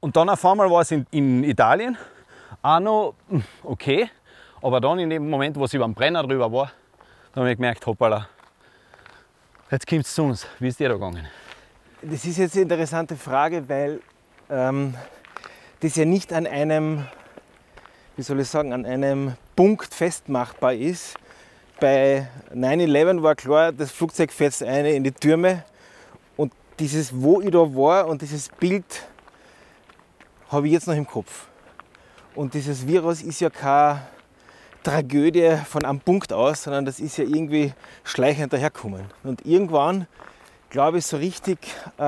Und dann auf einmal war es in Italien auch noch okay. Aber dann in dem Moment, wo es über den Brenner drüber war, da habe ich gemerkt, hoppala, jetzt kommt es zu uns. Wie ist dir da gegangen? Das ist jetzt eine interessante Frage, weil das ja nicht an einem, wie soll ich sagen, an einem Punkt festmachbar ist. Bei 9/11 war klar, das Flugzeug fährt ein in die Türme und dieses, wo ich da war und dieses Bild habe ich jetzt noch im Kopf. Und dieses Virus ist ja keine Tragödie von einem Punkt aus, sondern das ist ja irgendwie schleichend daherkommen. Und irgendwann, glaube ich, so richtig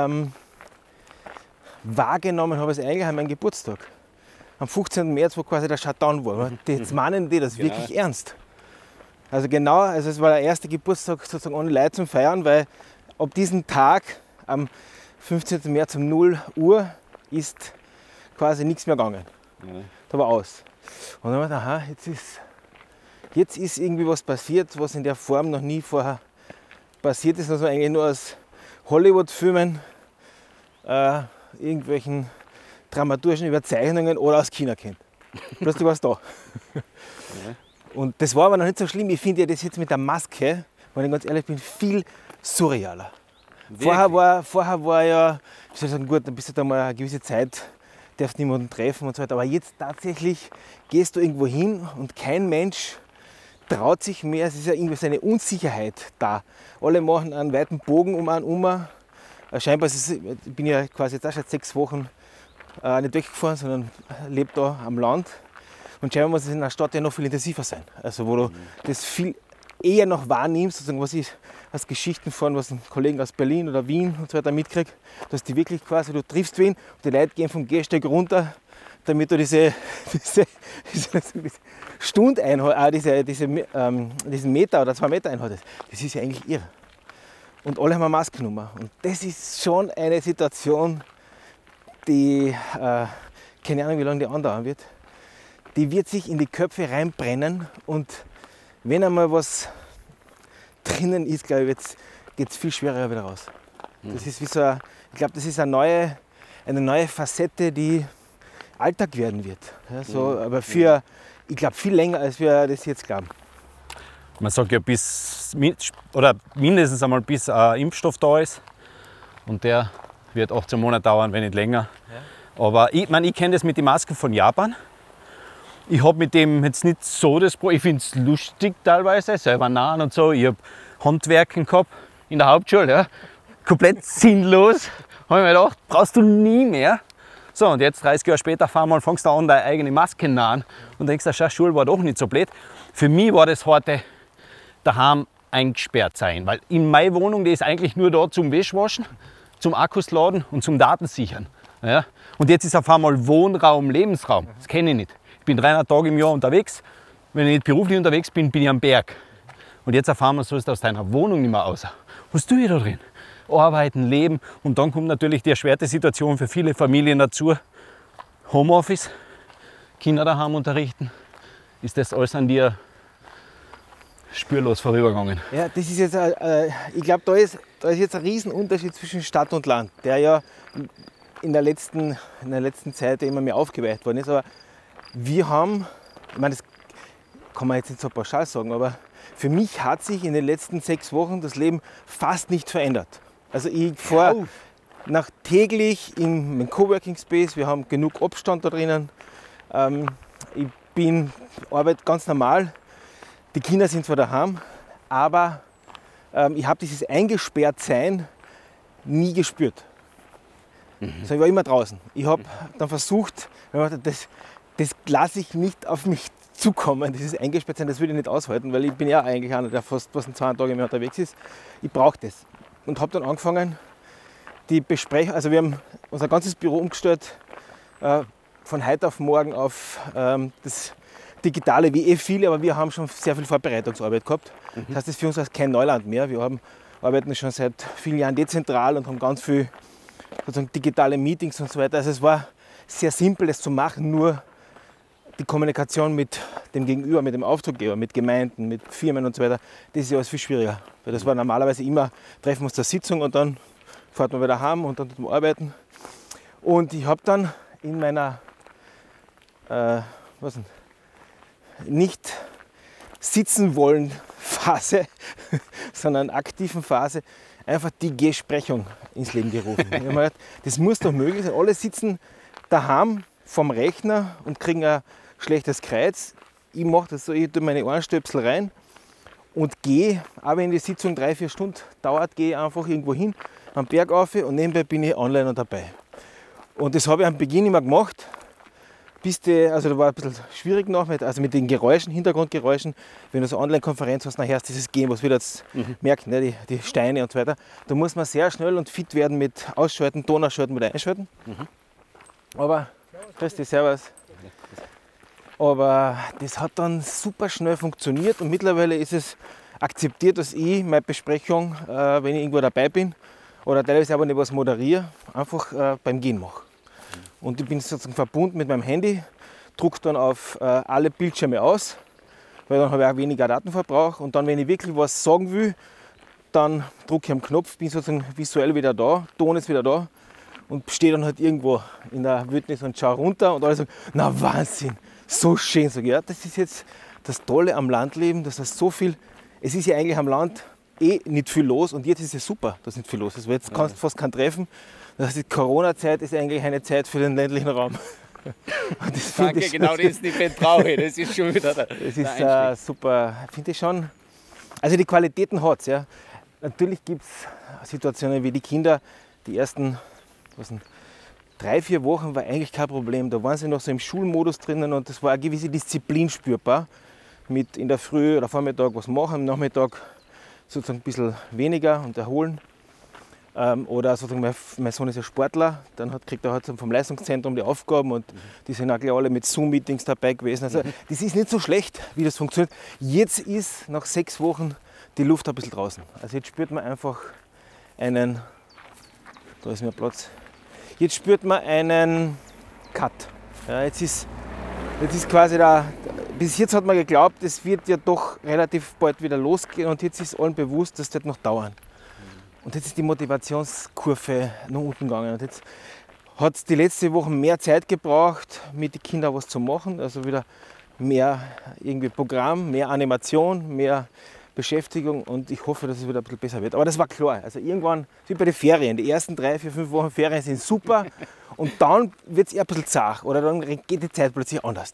wahrgenommen habe ich es eigentlich an meinem Geburtstag. Am 15. März, wo quasi der Shutdown war. Jetzt meinen die das wirklich ernst. Also genau, also es war der erste Geburtstag sozusagen ohne Leute zum Feiern, weil ab diesem Tag, am 15. März um 0 Uhr, ist quasi nichts mehr gegangen. Ja. Da war aus. Und dann habe ich gedacht, aha, jetzt ist irgendwie was passiert, was in der Form noch nie vorher passiert ist, was man eigentlich nur aus Hollywood-Filmen, irgendwelchen dramaturgischen Überzeichnungen oder aus China kennt. Plötzlich war es da. Ja. Und das war aber noch nicht so schlimm. Ich finde ja das jetzt mit der Maske, wenn ich ganz ehrlich bin, viel surrealer. Vorher war ja, ich soll sagen, gut, dann bist du da mal eine gewisse Zeit, darfst niemanden treffen und so weiter. Aber jetzt tatsächlich gehst du irgendwo hin und kein Mensch traut sich mehr. Es ist ja irgendwie so eine Unsicherheit da. Alle machen einen weiten Bogen um einen. Scheinbar ich bin ja quasi jetzt auch schon 6 Wochen nicht weggefahren, sondern lebe da am Land. Und scheinbar muss es in der Stadt ja noch viel intensiver sein. Also wo du das viel eher noch wahrnimmst, sozusagen, was ich aus Geschichten von was ein Kollegen aus Berlin oder Wien und so weiter mitkriege, dass die wirklich quasi, du triffst wen und die Leute gehen vom Gehsteig runter, damit du diese Stunde diesen Meter oder 2 Meter einhaltest. Das ist ja eigentlich irre. Und alle haben eine Maske genommen. Und das ist schon eine Situation, die, keine Ahnung, wie lange die andauern wird. Die wird sich in die Köpfe reinbrennen und wenn einmal was drinnen ist, glaube ich, geht es viel schwerer wieder raus. Das ist wie so ich glaube, das ist eine neue Facette, die Alltag werden wird. Ja, so, aber ich glaube, viel länger, als wir das jetzt glauben. Man sagt ja mindestens einmal bis ein Impfstoff da ist und der wird 18 Monate dauern, wenn nicht länger. Ja. Aber ich kenne das mit den Masken von Japan. Ich habe mit dem jetzt nicht so das Problem. Ich finde es lustig teilweise, selber nähen und so. Ich habe Handwerken gehabt in der Hauptschule. Ja. Komplett sinnlos. Habe ich mir gedacht, brauchst du nie mehr. So, und jetzt 30 Jahre später fängst du an, deine eigene Maske nähen. Und denkst du, schau, Schule war doch nicht so blöd. Für mich war das heute daheim eingesperrt sein. Weil in meiner Wohnung, die ist eigentlich nur da zum Wäschwaschen, zum Akkus laden und zum Datensichern. Ja. Und jetzt ist auf einmal Wohnraum, Lebensraum. Das kenne ich nicht. Ich bin 300 Tage im Jahr unterwegs. Wenn ich nicht beruflich unterwegs bin, bin ich am Berg. Und jetzt auf einmal sollst du aus deiner Wohnung nicht mehr raus. Was tue ich da drin? Arbeiten, leben. Und dann kommt natürlich die erschwerte Situation für viele Familien dazu. Homeoffice, Kinder daheim unterrichten. Ist das alles an dir spurlos vorübergegangen? Ja, das ist jetzt, ich glaube, da ist jetzt ein Riesenunterschied zwischen Stadt und Land, der ja in der letzten Zeit immer mehr aufgeweicht worden ist. Aber wir haben, ich meine, das kann man jetzt nicht so pauschal sagen, aber für mich hat sich in den letzten 6 Wochen das Leben fast nicht verändert. Also ich fahre täglich in meinem Coworking Space, wir haben genug Abstand da drinnen. Ich arbeite ganz normal. Die Kinder sind zwar daheim, aber ich habe dieses Eingesperrtsein nie gespürt. Also ich war immer draußen. Ich habe dann versucht, das lasse ich nicht auf mich zukommen, dieses Eingesperrtsein, das würde ich nicht aushalten, weil ich bin ja eigentlich einer, der fast 2 Tage mehr unterwegs ist. Ich brauche das. Und habe dann angefangen, die Besprechung, also wir haben unser ganzes Büro umgestellt, von heute auf morgen auf das Digitale, wie viele, aber wir haben schon sehr viel Vorbereitungsarbeit gehabt. Das heißt, das ist für uns kein Neuland mehr. Wir arbeiten schon seit vielen Jahren dezentral und haben ganz viel sozusagen digitale Meetings und so weiter. Also es war sehr simpel, das zu machen, nur die Kommunikation mit dem Gegenüber, mit dem Auftraggeber, mit Gemeinden, mit Firmen und so weiter, das ist ja alles viel schwieriger. Weil das war normalerweise immer, treffen wir uns zur Sitzung und dann fährt man wieder heim und dann arbeiten. Und ich habe dann in meiner nicht sitzen wollen Phase, sondern aktiven Phase einfach die Gesprechung ins Leben gerufen. Ich habe mir gedacht, das muss doch möglich sein. Alle sitzen daheim vom Rechner und kriegen ein schlechtes Kreuz. Ich mache das so, ich tue meine Ohrenstöpsel rein und gehe, auch wenn die Sitzung 3-4 Stunden dauert, gehe ich einfach irgendwo hin, am Berg rauf und nebenbei bin ich online dabei. Und das habe ich am Beginn immer gemacht. Also da war ein bisschen schwierig noch, also mit den Geräuschen, Hintergrundgeräuschen, wenn du so eine Online-Konferenz hast, nachher hast dieses Gehen, was wir jetzt merken, ne, die Steine und so weiter. Da muss man sehr schnell und fit werden mit Ausschalten, Ton ausschalten, mit Einschalten. Aber, grüß dich, servus. Aber das hat dann super schnell funktioniert und mittlerweile ist es akzeptiert, dass ich meine Besprechung, wenn ich irgendwo dabei bin oder teilweise aber nicht was moderiere, einfach beim Gehen mache. Und ich bin sozusagen verbunden mit meinem Handy, drucke dann auf alle Bildschirme aus, weil dann habe ich auch weniger Datenverbrauch. Und dann, wenn ich wirklich was sagen will, dann drücke ich am Knopf, bin sozusagen visuell wieder da, Ton ist wieder da und stehe dann halt irgendwo in der Wildnis und schaue runter und alle sagen, na Wahnsinn, so schön. Sag ich, ja, das ist jetzt das Tolle am Landleben, dass das so viel, es ist ja eigentlich am Land nicht viel los und jetzt ist es super, dass nicht viel los ist, weil jetzt kannst du fast keinen treffen. Das die Corona-Zeit ist eigentlich eine Zeit für den ländlichen Raum. Danke, genau das nicht brauche ich. Das ist schon wieder das ist super, finde ich schon. Also die Qualitäten hat es. Ja. Natürlich gibt es Situationen wie die Kinder, die ersten 3-4 Wochen war eigentlich kein Problem. Da waren sie noch so im Schulmodus drinnen und es war eine gewisse Disziplin spürbar. Mit in der Früh oder Vormittag was machen, am Nachmittag sozusagen ein bisschen weniger und erholen. Oder sozusagen mein Sohn ist ja Sportler, dann kriegt er halt vom Leistungszentrum die Aufgaben und die sind auch alle mit Zoom-Meetings dabei gewesen. Also das ist nicht so schlecht, wie das funktioniert. Jetzt ist nach 6 Wochen die Luft ein bisschen draußen. Also jetzt spürt man einfach einen, da ist mehr Platz, jetzt spürt man einen Cut. Ja, jetzt ist quasi bis jetzt hat man geglaubt, es wird ja doch relativ bald wieder losgehen und jetzt ist allen bewusst, das wird noch dauern. Und jetzt ist die Motivationskurve nach unten gegangen. Und jetzt hat es die letzte Woche mehr Zeit gebraucht, mit den Kindern was zu machen. Also wieder mehr irgendwie Programm, mehr Animation, mehr Beschäftigung. Und ich hoffe, dass es wieder ein bisschen besser wird. Aber das war klar. Also irgendwann, wie bei den Ferien, die ersten 3, 4, 5 Wochen Ferien sind super. Und dann wird es eher ein bisschen zart. Oder dann geht die Zeit plötzlich anders.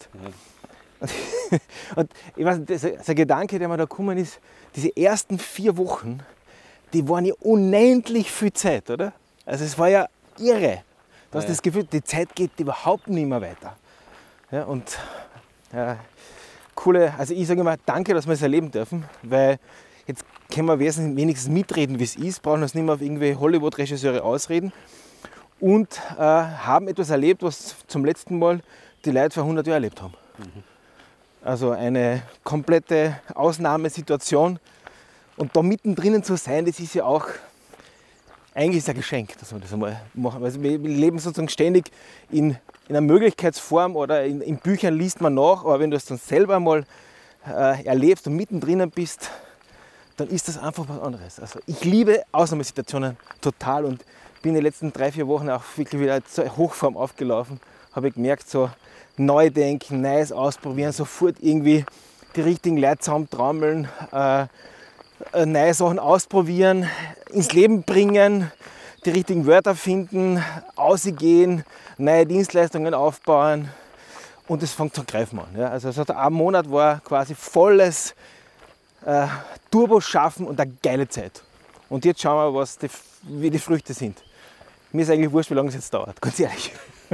Und ich weiß nicht, der Gedanke, der mir da gekommen ist, diese ersten 4 Wochen, die waren ja unendlich viel Zeit, oder? Also es war ja irre. Du hast das Gefühl, die Zeit geht überhaupt nicht mehr weiter. Ja, und coole, also ich sage immer, danke, dass wir es erleben dürfen, weil jetzt können wir wenigstens mitreden, wie es ist, brauchen uns nicht mehr auf irgendwelche Hollywood-Regisseure ausreden und haben etwas erlebt, was zum letzten Mal die Leute vor 100 Jahren erlebt haben. Also eine komplette Ausnahmesituation. Und da mittendrin zu sein, das ist ja auch, eigentlich ist ein Geschenk, dass wir das einmal machen. Also wir leben sozusagen ständig in einer Möglichkeitsform oder in Büchern liest man nach, aber wenn du es dann selber mal erlebst und mittendrin bist, dann ist das einfach was anderes. Also ich liebe Ausnahmesituationen total und bin in den letzten 3-4 Wochen auch wirklich wieder zur Hochform aufgelaufen. Habe ich gemerkt, so neu denken, Neues ausprobieren, sofort irgendwie die richtigen Leute zusammentrommeln, neue Sachen ausprobieren, ins Leben bringen, die richtigen Wörter finden, ausgehen, neue Dienstleistungen aufbauen und es fängt zu greifen an. Ja. Also ein Monat war quasi volles Turbo schaffen und eine geile Zeit. Und jetzt schauen wir, wie die Früchte sind. Mir ist eigentlich wurscht, wie lange es jetzt dauert, ganz ehrlich.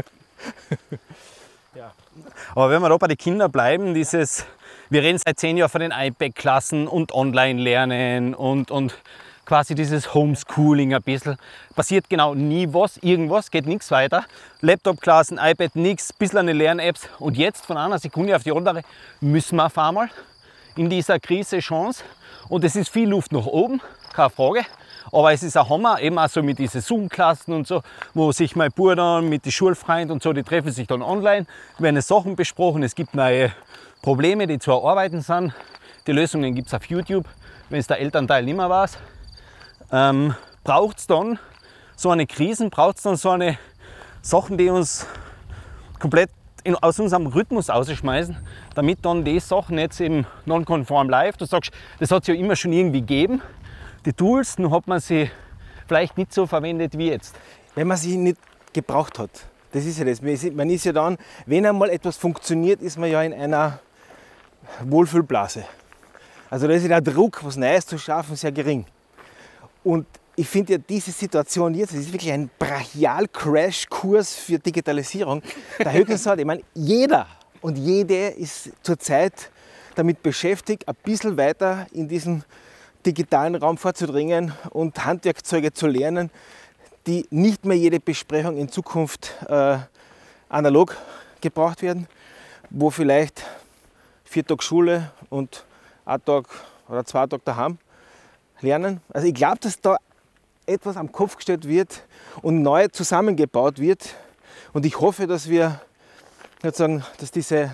Ja. Aber wenn wir da bei den Kindern bleiben, wir reden seit 10 Jahren von den iPad-Klassen und Online-Lernen und quasi dieses Homeschooling ein bisschen. Passiert genau nie was, irgendwas, geht nichts weiter. Laptop-Klassen, iPad, nichts, ein bisschen eine Lern-Apps. Und jetzt von einer Sekunde auf die andere müssen wir auf einmal in dieser Krise Chance. Und es ist viel Luft nach oben, keine Frage. Aber es ist ein Hammer, eben auch so mit diesen Zoom-Klassen und so, wo sich mein Bruder mit den Schulfreunden und so, die treffen sich dann online, werden Sachen besprochen, es gibt neue Probleme, die zu erarbeiten sind. Die Lösungen gibt es auf YouTube, wenn es der Elternteil nicht mehr weiß. Braucht es dann so eine Krisen, braucht es dann so eine Sachen, die uns komplett aus unserem Rhythmus ausschmeißen, damit dann die Sachen jetzt im Non-Conform Live, du sagst, das hat es ja immer schon irgendwie gegeben, die Tools, nur hat man sie vielleicht nicht so verwendet wie jetzt. Wenn man sie nicht gebraucht hat. Das ist ja das. Man ist ja dann, wenn einmal etwas funktioniert, ist man ja in einer Wohlfühlblase. Also da ist ja der Druck, was Neues zu schaffen, sehr gering. Und ich finde ja diese Situation jetzt, das ist wirklich ein Brachial-Crash-Kurs für Digitalisierung. Der Höckens sagt, ich meine, jeder und jede ist zurzeit damit beschäftigt, ein bisschen weiter in diesen digitalen Raum vorzudringen und Handwerkzeuge zu lernen, die nicht mehr jede Besprechung in Zukunft analog gebraucht werden, wo vielleicht 4 Tage Schule und 1 Tag oder 2 Tage daheim lernen. Also ich glaube, dass da etwas am Kopf gestellt wird und neu zusammengebaut wird. Und ich hoffe, dass wir sozusagen, dass diese,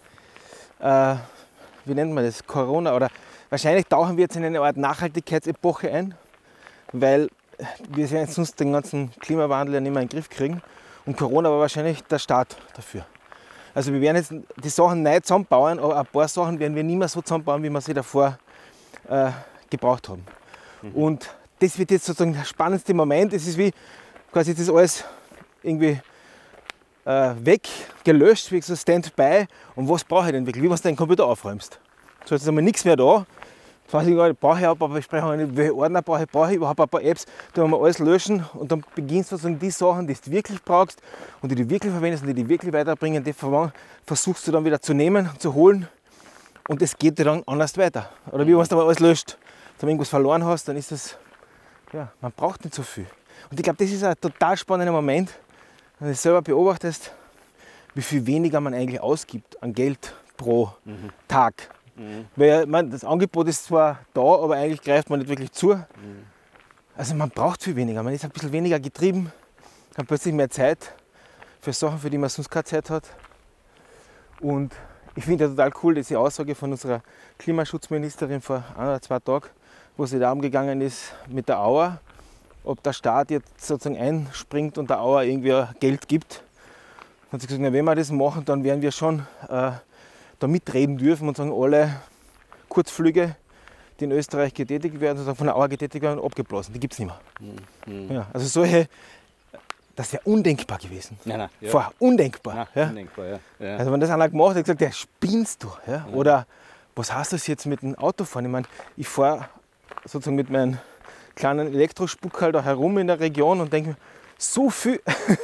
wie nennt man das, Corona oder wahrscheinlich tauchen wir jetzt in eine Art Nachhaltigkeitsepoche ein, weil wir werden sonst den ganzen Klimawandel ja nicht mehr in den Griff kriegen. Und Corona war wahrscheinlich der Start dafür. Also wir werden jetzt die Sachen neu zusammenbauen, aber ein paar Sachen werden wir nicht mehr so zusammenbauen, wie wir sie davor gebraucht haben. Und das wird jetzt sozusagen der spannendste Moment. Es ist wie quasi das alles irgendwie weggelöscht, wie so Standby. Und was brauche ich denn wirklich? Wie du deinen Computer aufräumst. So, jetzt ist einmal nichts mehr da. Jetzt weiß ich gar nicht, brauche ich ein paar Besprechungen, welche Ordner brauche ich überhaupt ein paar Apps, da wir alles löschen und dann beginnst du sozusagen die Sachen, die du wirklich brauchst und die du wirklich verwendest und die wirklich weiterbringen, die versuchst du dann wieder zu nehmen, zu holen und es geht dir dann anders weiter. Oder wie wenn du alles löscht, wenn du irgendwas verloren hast, dann ist das, ja, man braucht nicht so viel. Und ich glaube, das ist ein total spannender Moment, wenn du selber beobachtest, wie viel weniger man eigentlich ausgibt an Geld pro Tag. Weil, das Angebot ist zwar da, aber eigentlich greift man nicht wirklich zu. Also man braucht viel weniger, man ist ein bisschen weniger getrieben, hat plötzlich mehr Zeit für Sachen, für die man sonst keine Zeit hat. Und ich finde ja total cool, diese Aussage von unserer Klimaschutzministerin vor 1 oder 2 Tagen, wo sie darum gegangen ist mit der Auer, ob der Staat jetzt sozusagen einspringt und der Auer irgendwie Geld gibt. Dann hat sie gesagt, na, wenn wir das machen, dann werden wir schon da mitreden dürfen und sagen, alle Kurzflüge, die in Österreich getätigt werden, sozusagen von der Auer getätigt werden, abgeblasen. Die gibt es nicht mehr. Ja, also solche, das wäre undenkbar gewesen. Nein, ja. Vorher undenkbar. Nein, Ja. undenkbar, ja. Also wenn das einer gemacht hat, hat gesagt, ja, spinnst du. Ja? Oder was heißt das jetzt mit dem Autofahren? Ich meine, ich fahre sozusagen mit meinem kleinen Elektrospuckerl da herum in der Region und denke mir, so viel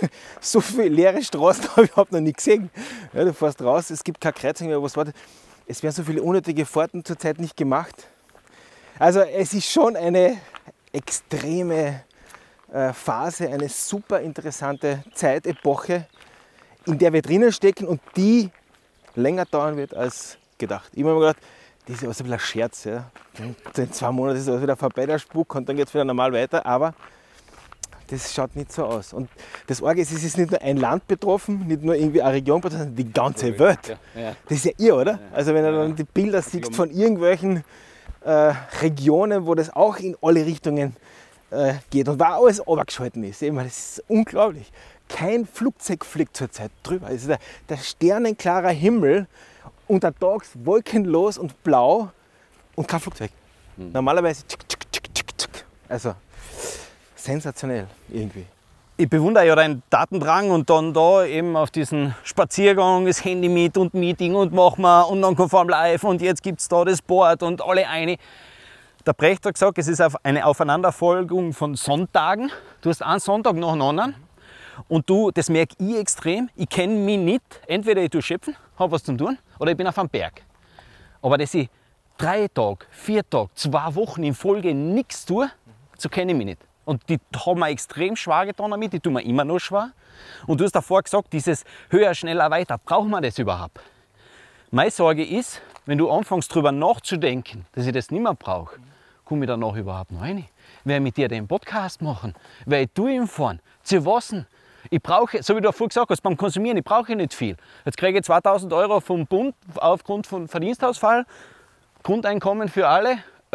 leere Straßen habe ich überhaupt noch nie gesehen. Ja, du fährst raus, es gibt keine Kreuzung mehr, was wartet. Es werden so viele unnötige Fahrten zurzeit nicht gemacht. Also es ist schon eine extreme Phase, eine super interessante Zeitepoche, in der wir drinnen stecken und die länger dauern wird als gedacht. Ich habe mir gedacht, das ist alles ein bisschen ein Scherz. Ja. In 2 Monaten ist alles wieder vorbei, der Spuk, und dann geht es wieder normal weiter. Aber das schaut nicht so aus. Und das Arge ist, es ist nicht nur ein Land betroffen, nicht nur irgendwie eine Region betroffen, sondern die ganze Welt. Ja. Das ist ja irre, oder? Also wenn du dann die Bilder siehst von irgendwelchen Regionen, wo das auch in alle Richtungen geht und wo alles runtergeschalten ist. Das ist unglaublich. Kein Flugzeug fliegt zurzeit drüber. Es ist der sternenklarer Himmel, untertags wolkenlos und blau und kein Flugzeug. Normalerweise tschik, tschik, tschik, tschik, tschik. Also sensationell irgendwie. Ich bewundere ja deinen Datendrang und dann da eben auf diesen Spaziergang, das Handy mit und Meeting und machen wir und dann konform live und jetzt gibt es da das Board und alle eine. Der Brecht hat gesagt, es ist eine Aufeinanderfolgung von Sonntagen. Du hast einen Sonntag nach dem anderen und das merke ich extrem. Ich kenne mich nicht. Entweder ich tue schöpfen, habe was zu tun, oder ich bin auf einem Berg. Aber dass ich 3 Tage, 4 Tage, 2 Wochen in Folge nichts tue, so kenne ich mich nicht. Und die haben mir extrem schwer getan damit, die tun mir immer noch schwer. Und du hast davor gesagt, dieses höher, schneller, weiter, brauchen wir das überhaupt? Meine Sorge ist, wenn du anfängst darüber nachzudenken, dass ich das nicht mehr brauche, komme ich danach überhaupt noch rein? Werde ich mit dir den Podcast machen? Werde ich ihn fahren? Zu was? Ich brauche, so wie du vorhin gesagt hast, beim Konsumieren, ich brauche nicht viel. Jetzt kriege ich 2.000 € vom Bund aufgrund von Verdienstausfall, Grundeinkommen für alle.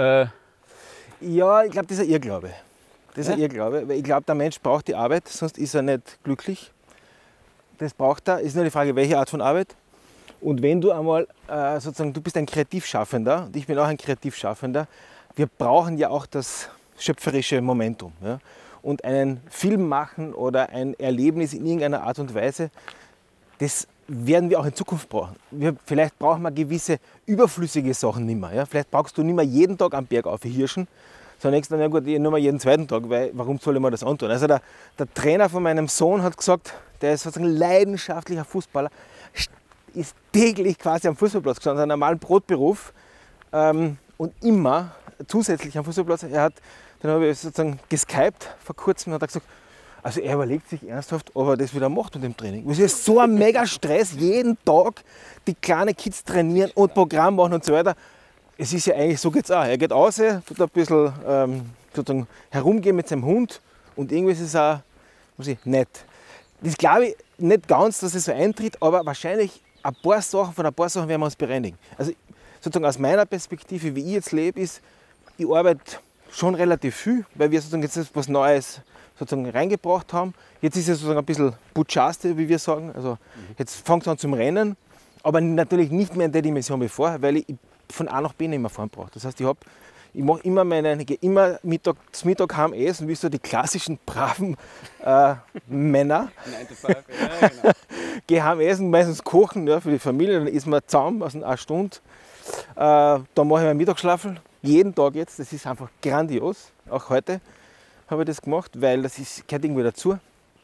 Ja, ich glaube, das ist ein Irrglaube. Das ist ein Irrglaube, weil ich glaube, der Mensch braucht die Arbeit, sonst ist er nicht glücklich. das braucht er. Ist nur die Frage, welche Art von Arbeit. Und wenn du einmal sozusagen, du bist ein Kreativschaffender und ich bin auch ein Kreativschaffender, wir brauchen ja auch das schöpferische Momentum. Ja? Und einen Film machen oder ein Erlebnis in irgendeiner Art und Weise, das werden wir auch in Zukunft brauchen. Vielleicht brauchen wir gewisse überflüssige Sachen nicht mehr. Ja? Vielleicht brauchst du nicht mehr jeden Tag am Berg aufhirschen, sondern denkst dann, ja gut, nur mal jeden zweiten Tag, weil warum soll ich mir das antun? Also der Trainer von meinem Sohn hat gesagt, der ist sozusagen leidenschaftlicher Fußballer, ist täglich quasi am Fußballplatz gestanden, einen normalen Brotberuf und immer zusätzlich am Fußballplatz. Dann habe ich sozusagen geskypt vor kurzem und hat gesagt, also er überlegt sich ernsthaft, ob er das wieder macht mit dem Training. Es ist so ein mega Stress, jeden Tag die kleinen Kids trainieren und Programm machen und so weiter. Es ist ja eigentlich, so geht es auch. Er geht raus, tut ein bisschen sozusagen herumgehen mit seinem Hund und irgendwie ist es auch nett. Das glaube ich nicht ganz, dass es so eintritt, aber wahrscheinlich von ein paar Sachen werden wir uns bereinigen. Also sozusagen aus meiner Perspektive, wie ich jetzt lebe, ist, ich arbeite schon relativ viel, weil wir sozusagen jetzt was Neues sozusagen reingebracht haben. Jetzt ist es sozusagen ein bisschen Butschaste, wie wir sagen. Also jetzt fängt es an zum Rennen, aber natürlich nicht mehr in der Dimension wie vorher, weil ich von A nach B nicht mehr fahren brauche. Das heißt, ich mache gehe immer zum Mittag heim essen, wie so die klassischen braven Männer. 9 to 5, ja, genau. Gehe heim essen, meistens kochen, ja, für die Familie, dann essen wir zusammen, also eine Stunde. Dann mache ich meinen Mittagsschlafel, jeden Tag jetzt, das ist einfach grandios. Auch heute habe ich das gemacht, weil das gehört irgendwie dazu.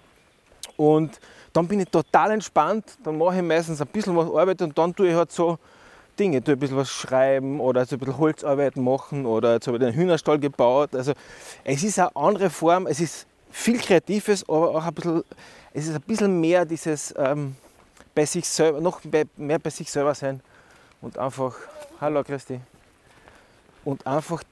Und dann bin ich total entspannt, dann mache ich meistens ein bisschen was Arbeit und dann tue ich halt so Dinge, tue ein bisschen was schreiben oder so ein bisschen Holzarbeit machen oder jetzt habe ich einen Hühnerstall gebaut. Also es ist eine andere Form, es ist viel Kreatives, aber auch es ist ein bisschen mehr dieses bei sich selber, noch mehr bei sich selber sein und einfach, hallo Christi, und einfach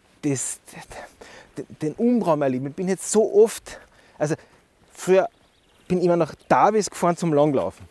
den Umraum erleben. Ich bin jetzt so oft, also früher bin ich immer nach Davis gefahren zum Langlaufen,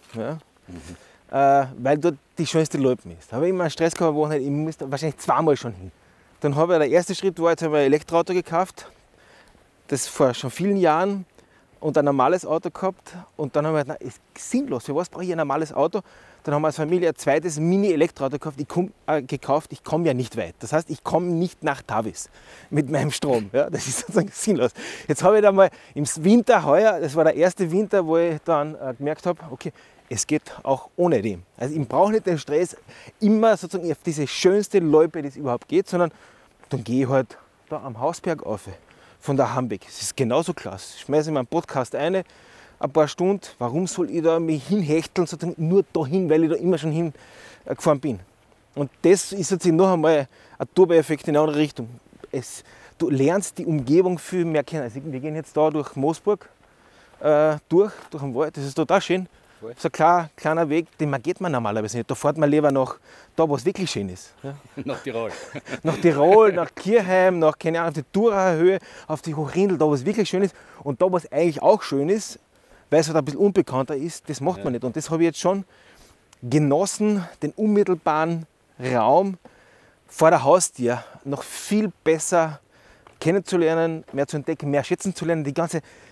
ja, weil dort die schönste Loipen ist. Da habe ich immer einen Stress gehabt, ich musste wahrscheinlich zweimal schon hin. Dann habe ich, der erste Schritt war, jetzt habe ich ein Elektroauto gekauft, das vor schon vielen Jahren, und ein normales Auto gehabt. Und dann haben wir gedacht, ist sinnlos, für was brauche ich ein normales Auto? Dann haben wir als Familie ein zweites Mini-Elektroauto gekauft. Ich komme ja nicht weit. Das heißt, ich komme nicht nach Tavis mit meinem Strom. Ja, das ist sozusagen sinnlos. Jetzt habe ich dann mal im Winter heuer, das war der erste Winter, wo ich dann gemerkt habe, okay, es geht auch ohne dem. Also ich brauche nicht den Stress immer sozusagen auf diese schönste Loipe, die es überhaupt geht, sondern dann gehe ich halt da am Hausberg rauf, von der Hambeck. Das ist genauso klasse. Ich schmeiße meinen Podcast ein paar Stunden. Warum soll ich da mich hinhechteln, sozusagen nur dahin, weil ich da immer schon hingefahren bin? Und das ist sozusagen noch einmal ein Turbo-Effekt in eine andere Richtung. Du lernst die Umgebung viel mehr kennen. Also wir gehen jetzt da durch Moosburg durch den Wald. Das ist total schön. Das ist ein kleiner Weg, den geht man normalerweise nicht. Da fährt man lieber nach da, wo es wirklich schön ist. Ja. Nach Tirol. Nach Tirol, nach Kirchheim, nach keine Ahnung, auf die Thuraer Höhe, auf die Hochrindel, da wo es wirklich schön ist. Und da, wo es eigentlich auch schön ist, weil es halt ein bisschen unbekannter ist, das macht man nicht. Und das habe ich jetzt schon genossen, den unmittelbaren Raum vor der Haustür noch viel besser kennenzulernen, mehr zu entdecken, mehr schätzen zu lernen. Das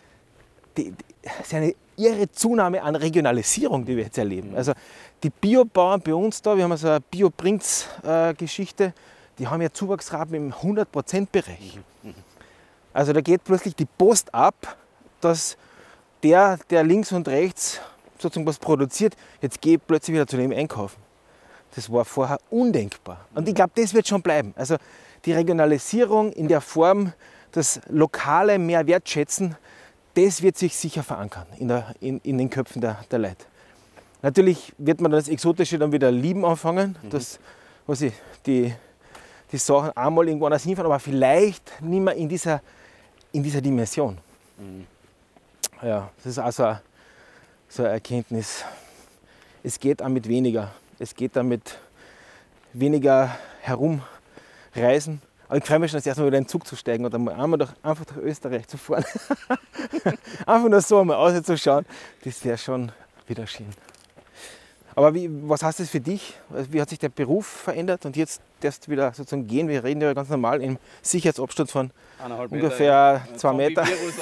ist eine irre Zunahme an Regionalisierung, die wir jetzt erleben. Also die Biobauern bei uns da, wir haben so eine Bio-Brinks-Geschichte, die haben ja Zuwachsraten im 100%-Bereich. Also da geht plötzlich die Post ab, dass der links und rechts sozusagen was produziert, jetzt geht plötzlich wieder zu dem einkaufen. Das war vorher undenkbar. Und ich glaube, das wird schon bleiben. Also die Regionalisierung in der Form, das Lokale mehr wertschätzen, das wird sich sicher verankern in den Köpfen der Leute. Natürlich wird man das Exotische dann wieder lieben anfangen, dass die Sachen einmal irgendwo anders hinfahren, aber vielleicht nicht mehr in dieser Dimension. Ja, das ist also so eine Erkenntnis. Es geht auch mit weniger. Es geht damit weniger herumreisen. Aber ich freue mich schon, das erste Mal wieder in den Zug zu steigen und einfach durch Österreich zu fahren. Einfach nur so einmal auszuschauen, das wäre schon wieder schön. Aber was heißt das für dich? Wie hat sich der Beruf verändert? Und jetzt darfst du wieder sozusagen gehen. Wir reden ja ganz normal im Sicherheitsabstand von 1,5 ungefähr 2 Meter.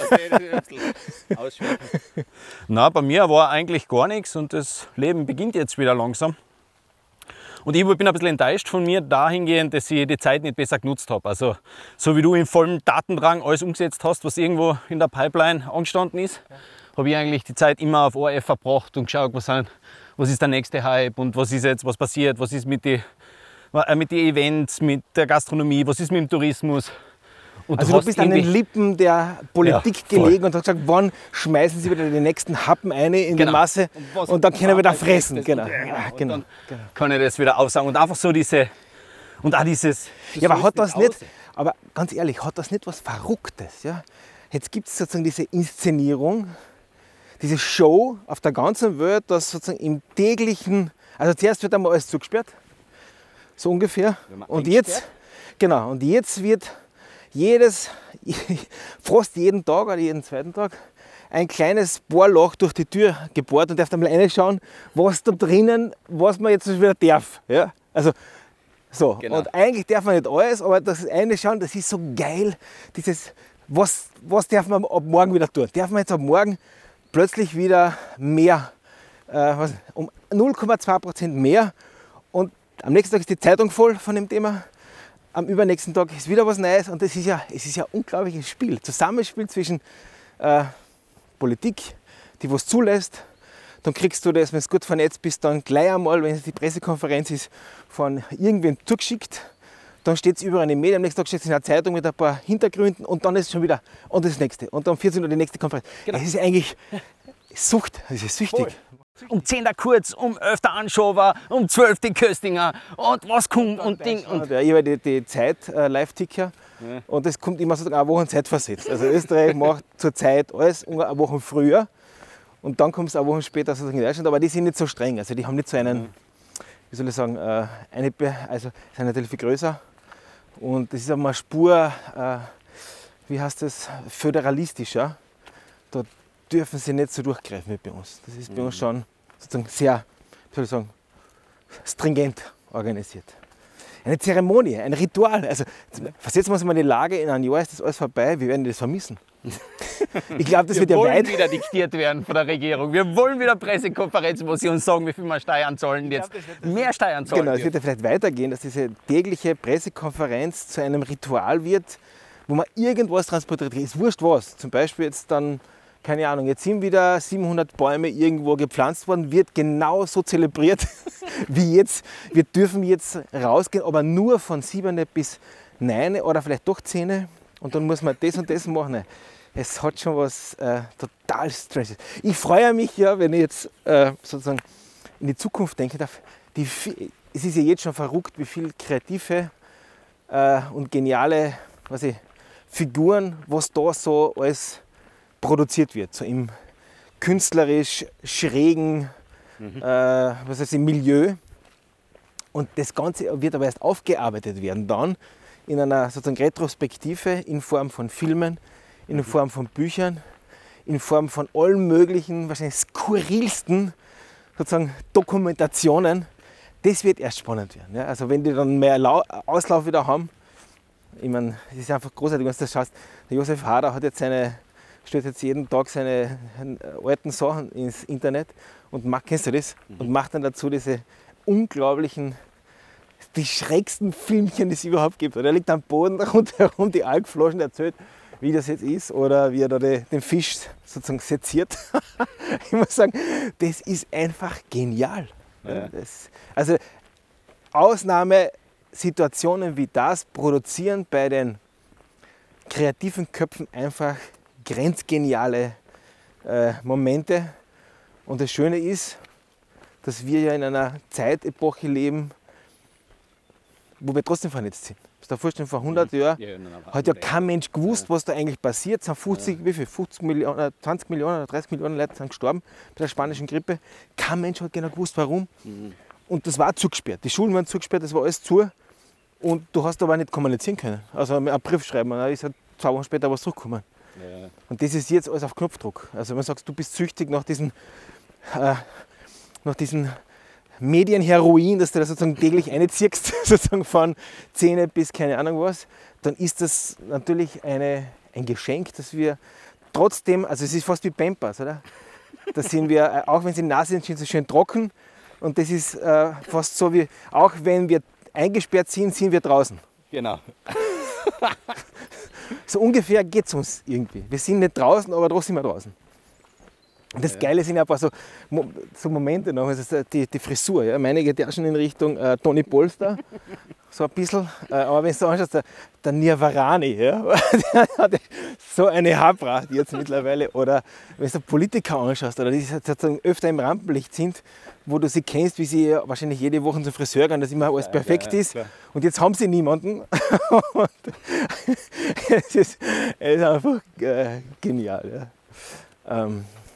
Na, bei mir war eigentlich gar nichts und das Leben beginnt jetzt wieder langsam. Und ich bin ein bisschen enttäuscht von mir dahingehend, dass ich die Zeit nicht besser genutzt habe. Also so wie du im vollen Datendrang alles umgesetzt hast, was irgendwo in der Pipeline angestanden ist, habe ich eigentlich die Zeit immer auf ORF verbracht und geschaut, was ist der nächste Hype und was ist jetzt, was passiert, was ist mit den Events, mit der Gastronomie, was ist mit dem Tourismus. Und Also du bist an den Lippen der Politik gelegen und hast gesagt, wann schmeißen sie wieder den nächsten Happen ein in die Masse und dann können wir wieder fressen. Genau. Genau. Kann ich das wieder aufsagen. Und einfach so diese, und auch dieses... Ja, aber hat das nicht, aber ganz ehrlich, hat das nicht was Verrücktes? Ja? Jetzt gibt es sozusagen diese Inszenierung, diese Show auf der ganzen Welt, dass sozusagen im täglichen, also zuerst wird einmal alles zugesperrt, so ungefähr. Und jetzt, genau, und jetzt wird fast jeden Tag oder jeden zweiten Tag ein kleines Bohrloch durch die Tür gebohrt und darf einmal reinschauen, was da drinnen, was man jetzt wieder darf. Ja? Also, so. Genau. Und eigentlich darf man nicht alles, aber das eine schauen, das ist so geil. Dieses, was darf man ab morgen wieder tun? Darf man jetzt ab morgen plötzlich wieder mehr, um 0,2% mehr, und am nächsten Tag ist die Zeitung voll von dem Thema. Am übernächsten Tag ist wieder was Neues und es ist ja ein unglaubliches Spiel. Zusammenspiel zwischen Politik, die was zulässt. Dann kriegst du das, wenn du gut vernetzt bist, dann gleich einmal, wenn es die Pressekonferenz ist, von irgendwem zugeschickt. Dann steht es überall in den Medien, am nächsten Tag steht es in der Zeitung mit ein paar Hintergründen und dann ist es schon wieder und das nächste. Und dann 14 Uhr die nächste Konferenz. Genau. Das ist eigentlich Sucht, das ist süchtig. Voll. Um 10 der Kurz, um 11 der Anschober, um 12 die Köstinger und was kommt und Ding. Und ja, ich habe die Zeit Live-Ticker und das kommt immer so eine Woche Zeit versetzt. Also Österreich macht zurzeit alles eine Woche früher und dann kommt es eine Woche später sozusagen in Deutschland, aber die sind nicht so streng. Also die haben nicht so einen, wie soll ich sagen, also sind natürlich viel größer und das ist aber eine Spur, wie heißt das, föderalistischer. Da dürfen sie nicht so durchgreifen wie bei uns. Das ist bei uns schon sozusagen sehr, wie soll ich sagen, stringent organisiert. Eine Zeremonie, ein Ritual. Also versetzen wir uns mal in die Lage, in einem Jahr ist das alles vorbei, wir werden das vermissen. Ich glaube, das wird ja weit... wieder diktiert werden von der Regierung. Wir wollen wieder Pressekonferenzen, wo sie uns sagen, wie viel wir Steuern zahlen jetzt. Mehr Steuern zahlen. Genau, es wird ja vielleicht weitergehen, dass diese tägliche Pressekonferenz zu einem Ritual wird, wo man irgendwas transportiert. Ist wurscht was. Zum Beispiel jetzt dann, keine Ahnung, jetzt sind wieder 700 Bäume irgendwo gepflanzt worden, wird genau so zelebriert wie jetzt. Wir dürfen jetzt rausgehen, aber nur von 7 bis 9 oder vielleicht doch 10. Und dann muss man das und das machen. Es hat schon was total Stresses. Ich freue mich ja, wenn ich jetzt sozusagen in die Zukunft denken darf. Es ist ja jetzt schon verrückt, wie viele kreative und geniale Figuren, was da so alles produziert wird, so im künstlerisch schrägen Milieu. Und das Ganze wird aber erst aufgearbeitet werden dann in einer sozusagen Retrospektive in Form von Filmen, in Form von Büchern, in Form von allen möglichen, wahrscheinlich skurrilsten sozusagen Dokumentationen. Das wird erst spannend werden. Ja? Also wenn die dann mehr Auslauf wieder haben, ich meine, es ist einfach großartig, wenn du das schaust. Der Josef Hader hat jetzt stellt jetzt jeden Tag seine alten Sachen ins Internet und kennst du das? Und macht dann dazu diese unglaublichen, die schrägsten Filmchen, die es überhaupt gibt. Oder er liegt am Boden rundherum, die Alkflaschen, erzählt, wie das jetzt ist oder wie er da den Fisch sozusagen seziert. Ich muss sagen, das ist einfach genial. Ja. Also Ausnahmesituationen wie das produzieren bei den kreativen Köpfen einfach grenzgeniale Momente. Und das Schöne ist, dass wir ja in einer Zeitepoche leben, wo wir trotzdem vernetzt sind. Du musst dir vorstellen, vor 100 Jahren hat ja kein Mensch gewusst, was da eigentlich passiert. Es sind 50 Millionen, 20 Millionen oder 30 Millionen Leute sind gestorben bei der spanischen Grippe. Kein Mensch hat genau gewusst, warum. Und das war zugesperrt. Die Schulen waren zugesperrt, das war alles zu. Und du hast aber nicht kommunizieren können. Also einen Brief schreiben, dann ist halt 2 Wochen später was zurückgekommen. Ja. Und das ist jetzt alles auf Knopfdruck. Also wenn du sagst, du bist süchtig nach diesen Medienheroin, dass du da sozusagen täglich einziehst, sozusagen von Zähne bis keine Ahnung was, dann ist das natürlich ein Geschenk, dass wir trotzdem, also es ist fast wie Pampers, oder? Da sind wir, auch wenn sie nass sind, sind sie schön trocken und das ist fast so wie, auch wenn wir eingesperrt sind, sind wir draußen. Genau. So ungefähr geht es uns irgendwie. Wir sind nicht draußen, aber trotzdem sind wir draußen. Und das Geile sind ja ein paar so Momente noch, also die Frisur. Ja. Meine geht ja schon in Richtung Toni Polster, so ein bisschen. Aber wenn du so anschaust, der Nirvarani, ja, der hat so eine Haarpracht jetzt mittlerweile. Oder wenn du Politiker anschaust, oder die sozusagen öfter im Rampenlicht sind, wo du sie kennst, wie sie wahrscheinlich jede Woche zum Friseur gehen, dass immer alles perfekt ist. Klar. Und jetzt haben sie niemanden. es ist einfach genial. Ja.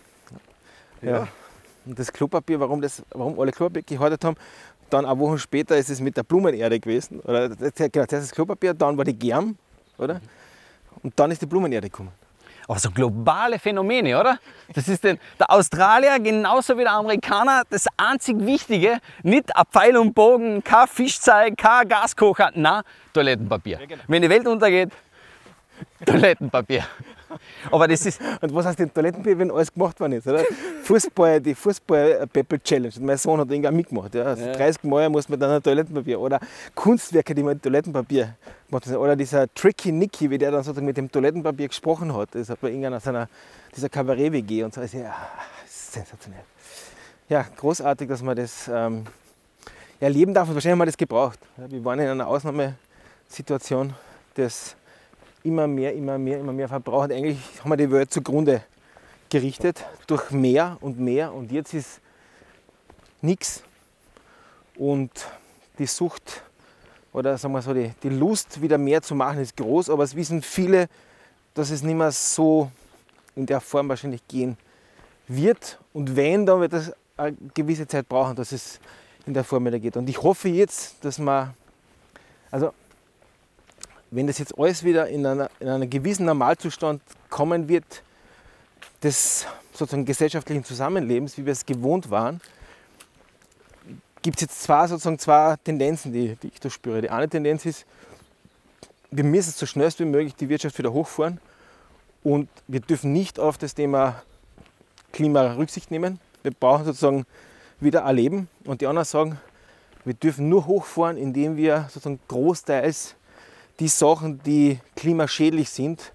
Ja. Und das Klopapier, warum alle Klopapier gehortet haben, dann eine Woche später ist es mit der Blumenerde gewesen. Oder, zuerst das Klopapier, dann war die Germ, oder? Und dann ist die Blumenerde gekommen. Aber so globale Phänomene, oder? Das ist der Australier genauso wie der Amerikaner das einzig Wichtige, nicht ein Pfeil und Bogen, kein Fischzeug, kein Gaskocher, nein, Toilettenpapier. Ja, genau. Wenn die Welt untergeht, Toilettenpapier. Aber das ist. Und was heißt denn Toilettenpapier, wenn alles gemacht worden ist? Oder? Die Fußball-Peppel-Challenge. Mein Sohn hat irgendwann mitgemacht. Ja. Also 30 Mal muss man dann ein Toilettenpapier. Oder Kunstwerke, die man mit Toilettenpapier gemacht haben. Oder dieser Tricky Nicky, wie der dann sozusagen mit dem Toilettenpapier gesprochen hat. Das hat bei irgendeiner dieser Kabarett-WG und so. Also, ja, sensationell. Ja, großartig, dass man das erleben darf. Und wahrscheinlich haben wir das gebraucht. Ja, wir waren in einer Ausnahmesituation, das immer mehr verbraucht. Eigentlich haben wir die Welt zugrunde gerichtet durch mehr und mehr und jetzt ist nichts und die Sucht oder sagen wir so die Lust wieder mehr zu machen ist groß, aber es wissen viele, dass es nicht mehr so in der Form wahrscheinlich gehen wird und wenn, dann wird es eine gewisse Zeit brauchen, dass es in der Form wieder geht und ich hoffe jetzt, dass man, also wenn das jetzt alles wieder in einen gewissen Normalzustand kommen wird, des sozusagen gesellschaftlichen Zusammenlebens, wie wir es gewohnt waren, gibt es jetzt zwei Tendenzen, die ich da spüre. Die eine Tendenz ist, wir müssen so schnell wie möglich die Wirtschaft wieder hochfahren und wir dürfen nicht auf das Thema Klima Rücksicht nehmen. Wir brauchen sozusagen wieder ein Leben. Und die anderen sagen, wir dürfen nur hochfahren, indem wir sozusagen großteils die Sachen, die klimaschädlich sind,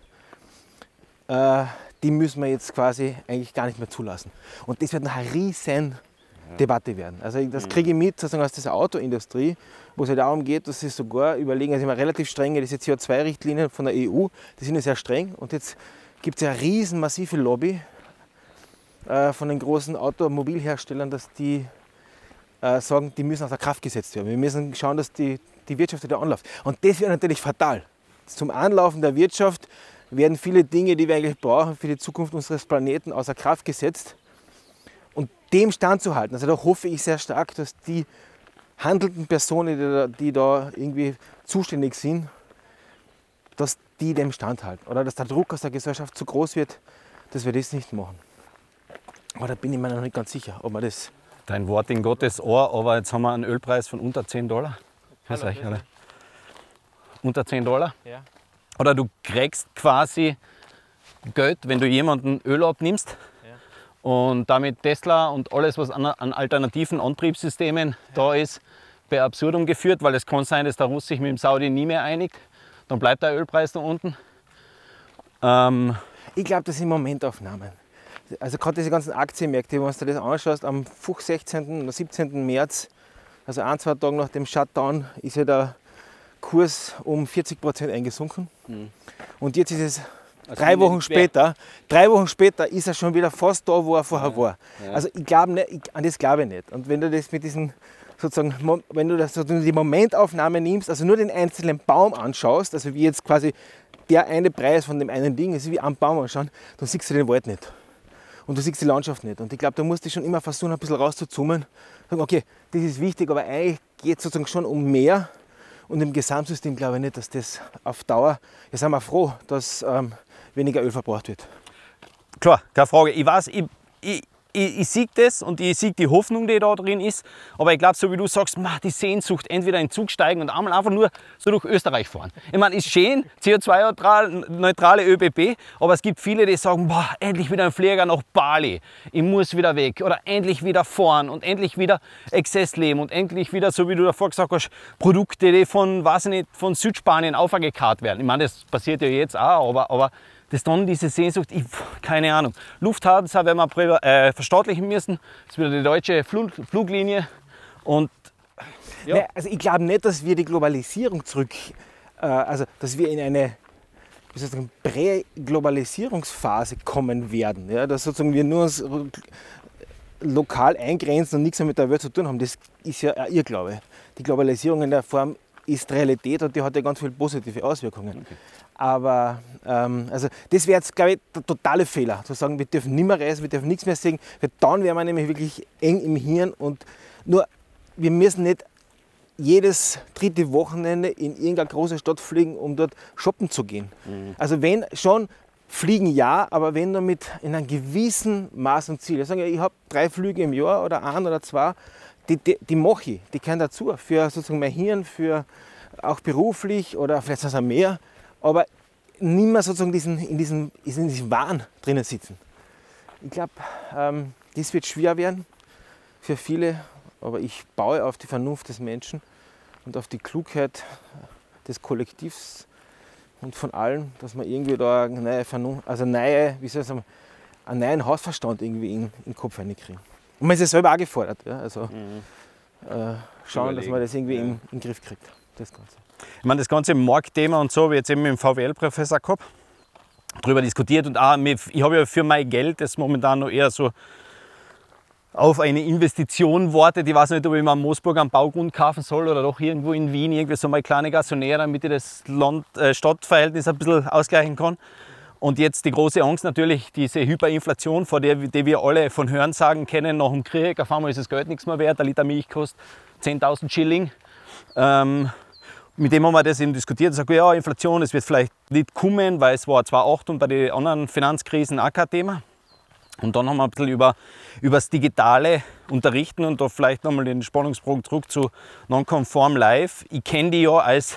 die müssen wir jetzt quasi eigentlich gar nicht mehr zulassen. Und das wird eine riesen Debatte werden. Also das kriege ich mit sozusagen aus dieser Autoindustrie, wo es ja darum geht, dass sie sogar überlegen, also immer relativ strenge, diese CO2-Richtlinien von der EU, die sind ja sehr streng. Und jetzt gibt es ja eine riesen massive Lobby von den großen Automobilherstellern, dass die sagen, die müssen außer Kraft gesetzt werden. Wir müssen schauen, dass die Wirtschaft wieder anläuft. Und das wäre natürlich fatal. Zum Anlaufen der Wirtschaft werden viele Dinge, die wir eigentlich brauchen für die Zukunft unseres Planeten, außer Kraft gesetzt. Und dem standzuhalten, also da hoffe ich sehr stark, dass die handelnden Personen, die da irgendwie zuständig sind, dass die dem standhalten. Oder dass der Druck aus der Gesellschaft zu groß wird, dass wir das nicht machen. Aber da bin ich mir noch nicht ganz sicher, ob wir das... Dein Wort in Gottes Ohr, aber jetzt haben wir einen Ölpreis von unter $10. Hallo, unter $10? Ja. Oder du kriegst quasi Geld, wenn du jemanden Öl abnimmst und damit Tesla und alles, was an alternativen Antriebssystemen da ist, per absurdum geführt, weil es kann sein, dass der Russ sich mit dem Saudi nie mehr einigt. Dann bleibt der Ölpreis da unten. Ich glaube, das sind Momentaufnahmen. Also gerade diese ganzen Aktienmärkte, wenn du dir das anschaust, am 16. oder 17. März, also 1-2 Tage nach dem Shutdown, ist ja der Kurs um 40% eingesunken. Und jetzt ist es also 3 Wochen später ist er schon wieder fast da, wo er vorher war. Ja. Also ich glaube nicht, an das glaube ich nicht. Und wenn du das mit diesen sozusagen, wenn du das sozusagen die Momentaufnahme nimmst, also nur den einzelnen Baum anschaust, also wie jetzt quasi der eine Preis von dem einen Ding, also wie am Baum anschauen, dann siehst du den Wald nicht. Und du siehst die Landschaft nicht. Und ich glaube, da musst du schon immer versuchen, ein bisschen rauszuzoomen. Sagen, okay, das ist wichtig, aber eigentlich geht es sozusagen schon um mehr. Und im Gesamtsystem glaube ich nicht, dass das auf Dauer, ja, sind wir froh, dass weniger Öl verbraucht wird. Klar, keine Frage. Ich weiß, ich sehe das und ich sehe die Hoffnung, die da drin ist. Aber ich glaube, so wie du sagst, die Sehnsucht, entweder in den Zug steigen und einmal einfach nur so durch Österreich fahren. Ich meine, ist schön, CO2-neutrale ÖBB, aber es gibt viele, die sagen, endlich wieder ein Flieger nach Bali, ich muss wieder weg. Oder endlich wieder fahren und endlich wieder Exzess leben und endlich wieder, so wie du davor gesagt hast, Produkte, die von, weiß ich nicht, von Südspanien aufgekarrt werden. Ich meine, das passiert ja jetzt auch, aber das dann diese Sehnsucht, keine Ahnung. Lufthansa werden wir verstaatlichen müssen. Das ist wieder die deutsche Fluglinie. Und, ja. Nee, also ich glaube nicht, dass wir die Globalisierung also dass wir in eine Prä-Globalisierungsphase kommen werden. Ja, dass sozusagen wir nur uns lokal eingrenzen und nichts mehr mit der Welt zu tun haben. Das ist ja ein Irrglaube. Die Globalisierung in der Form ist Realität und die hat ja ganz viele positive Auswirkungen. Okay. Aber also das wäre jetzt, glaube ich, der totale Fehler, zu sagen, wir dürfen nicht mehr reisen, wir dürfen nichts mehr sehen, weil dann wären wir nämlich wirklich eng im Hirn. Und nur, wir müssen nicht jedes dritte Wochenende in irgendeine große Stadt fliegen, um dort shoppen zu gehen. Mhm. Also wenn schon, fliegen ja, aber wenn nur in einem gewissen Maß und Ziel. Ich sage, ich habe 3 Flüge im Jahr oder 1 oder 2, die mache ich, die gehören dazu, für sozusagen mein Hirn, für auch beruflich oder vielleicht sogar mehr. Aber nicht mehr sozusagen in diesem Wahn drinnen sitzen. Ich glaube, das wird schwer werden für viele, aber ich baue auf die Vernunft des Menschen und auf die Klugheit des Kollektivs und von allen, dass wir irgendwie da eine neue Vernunft, also einen neuen Hausverstand irgendwie in den Kopf reinkriegen. Und man ist ja selber auch gefordert. Ja? Also schauen, dass man das irgendwie in den Griff kriegt. Das Ganze. Ich meine, das ganze Marktthema und so, habe ich jetzt eben mit dem VWL-Professor gehabt, darüber diskutiert und auch, ich habe ja für mein Geld, das momentan noch eher so auf eine Investition wartet. Ich weiß nicht, ob ich mir am Moosburg einen Baugrund kaufen soll oder doch irgendwo in Wien irgendwie so mal kleine Gasonäre, damit ich das Land-Stadt-Verhältnis ein bisschen ausgleichen kann. Und jetzt die große Angst natürlich, diese Hyperinflation, vor der die wir alle von Hörensagen kennen, nach dem Krieg, auf einmal ist das Geld nichts mehr wert, ein Liter Milch kostet 10.000 Schilling. Mit dem haben wir das eben diskutiert. Ich sage, ja, Inflation, es wird vielleicht nicht kommen, weil es war 2008 und bei den anderen Finanzkrisen auch kein Thema. Und dann haben wir ein bisschen über das digitale Unterrichten und da vielleicht nochmal den Spannungsbogen zurück zu Nonconform Live. Ich kenne die ja als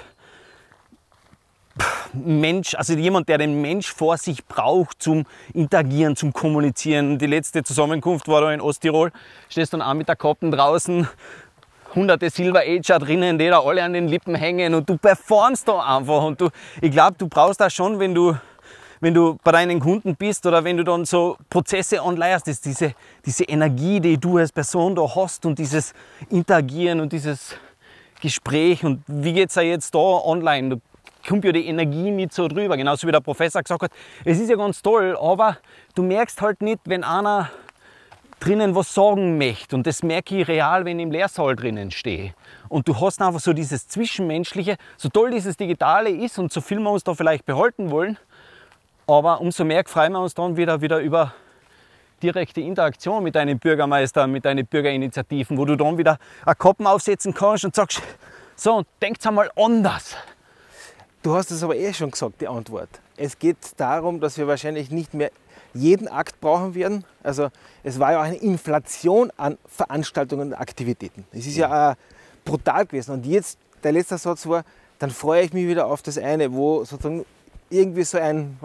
Mensch, also jemand, der den Mensch vor sich braucht zum Interagieren, zum Kommunizieren. Die letzte Zusammenkunft war da in Osttirol. Stehst dann auch mit der Kappen draußen, hunderte Silver Ager drinnen, die da alle an den Lippen hängen und du performst da einfach. Und ich glaube, du brauchst das schon, wenn du bei deinen Kunden bist oder wenn du dann so Prozesse online hast, ist diese Energie, die du als Person da hast und dieses Interagieren und dieses Gespräch. Und wie geht es ja jetzt da online? Da kommt ja die Energie nicht so drüber. Genauso wie der Professor gesagt hat, es ist ja ganz toll, aber du merkst halt nicht, wenn einer drinnen was sagen möchte. Und das merke ich real, wenn ich im Lehrsaal drinnen stehe. Und du hast einfach so dieses Zwischenmenschliche, so toll dieses Digitale ist und so viel wir uns da vielleicht behalten wollen, aber umso mehr freuen wir uns dann wieder über direkte Interaktion mit deinen Bürgermeistern, mit deinen Bürgerinitiativen, wo du dann wieder einen Kappen aufsetzen kannst und sagst, so, denkt einmal anders. Du hast es aber schon gesagt, die Antwort. Es geht darum, dass wir wahrscheinlich nicht mehr jeden Akt brauchen werden. Also es war ja auch eine Inflation an Veranstaltungen und Aktivitäten. Es ist ja auch brutal gewesen. Und jetzt, der letzte Satz war, dann freue ich mich wieder auf das eine, wo sozusagen irgendwie so ein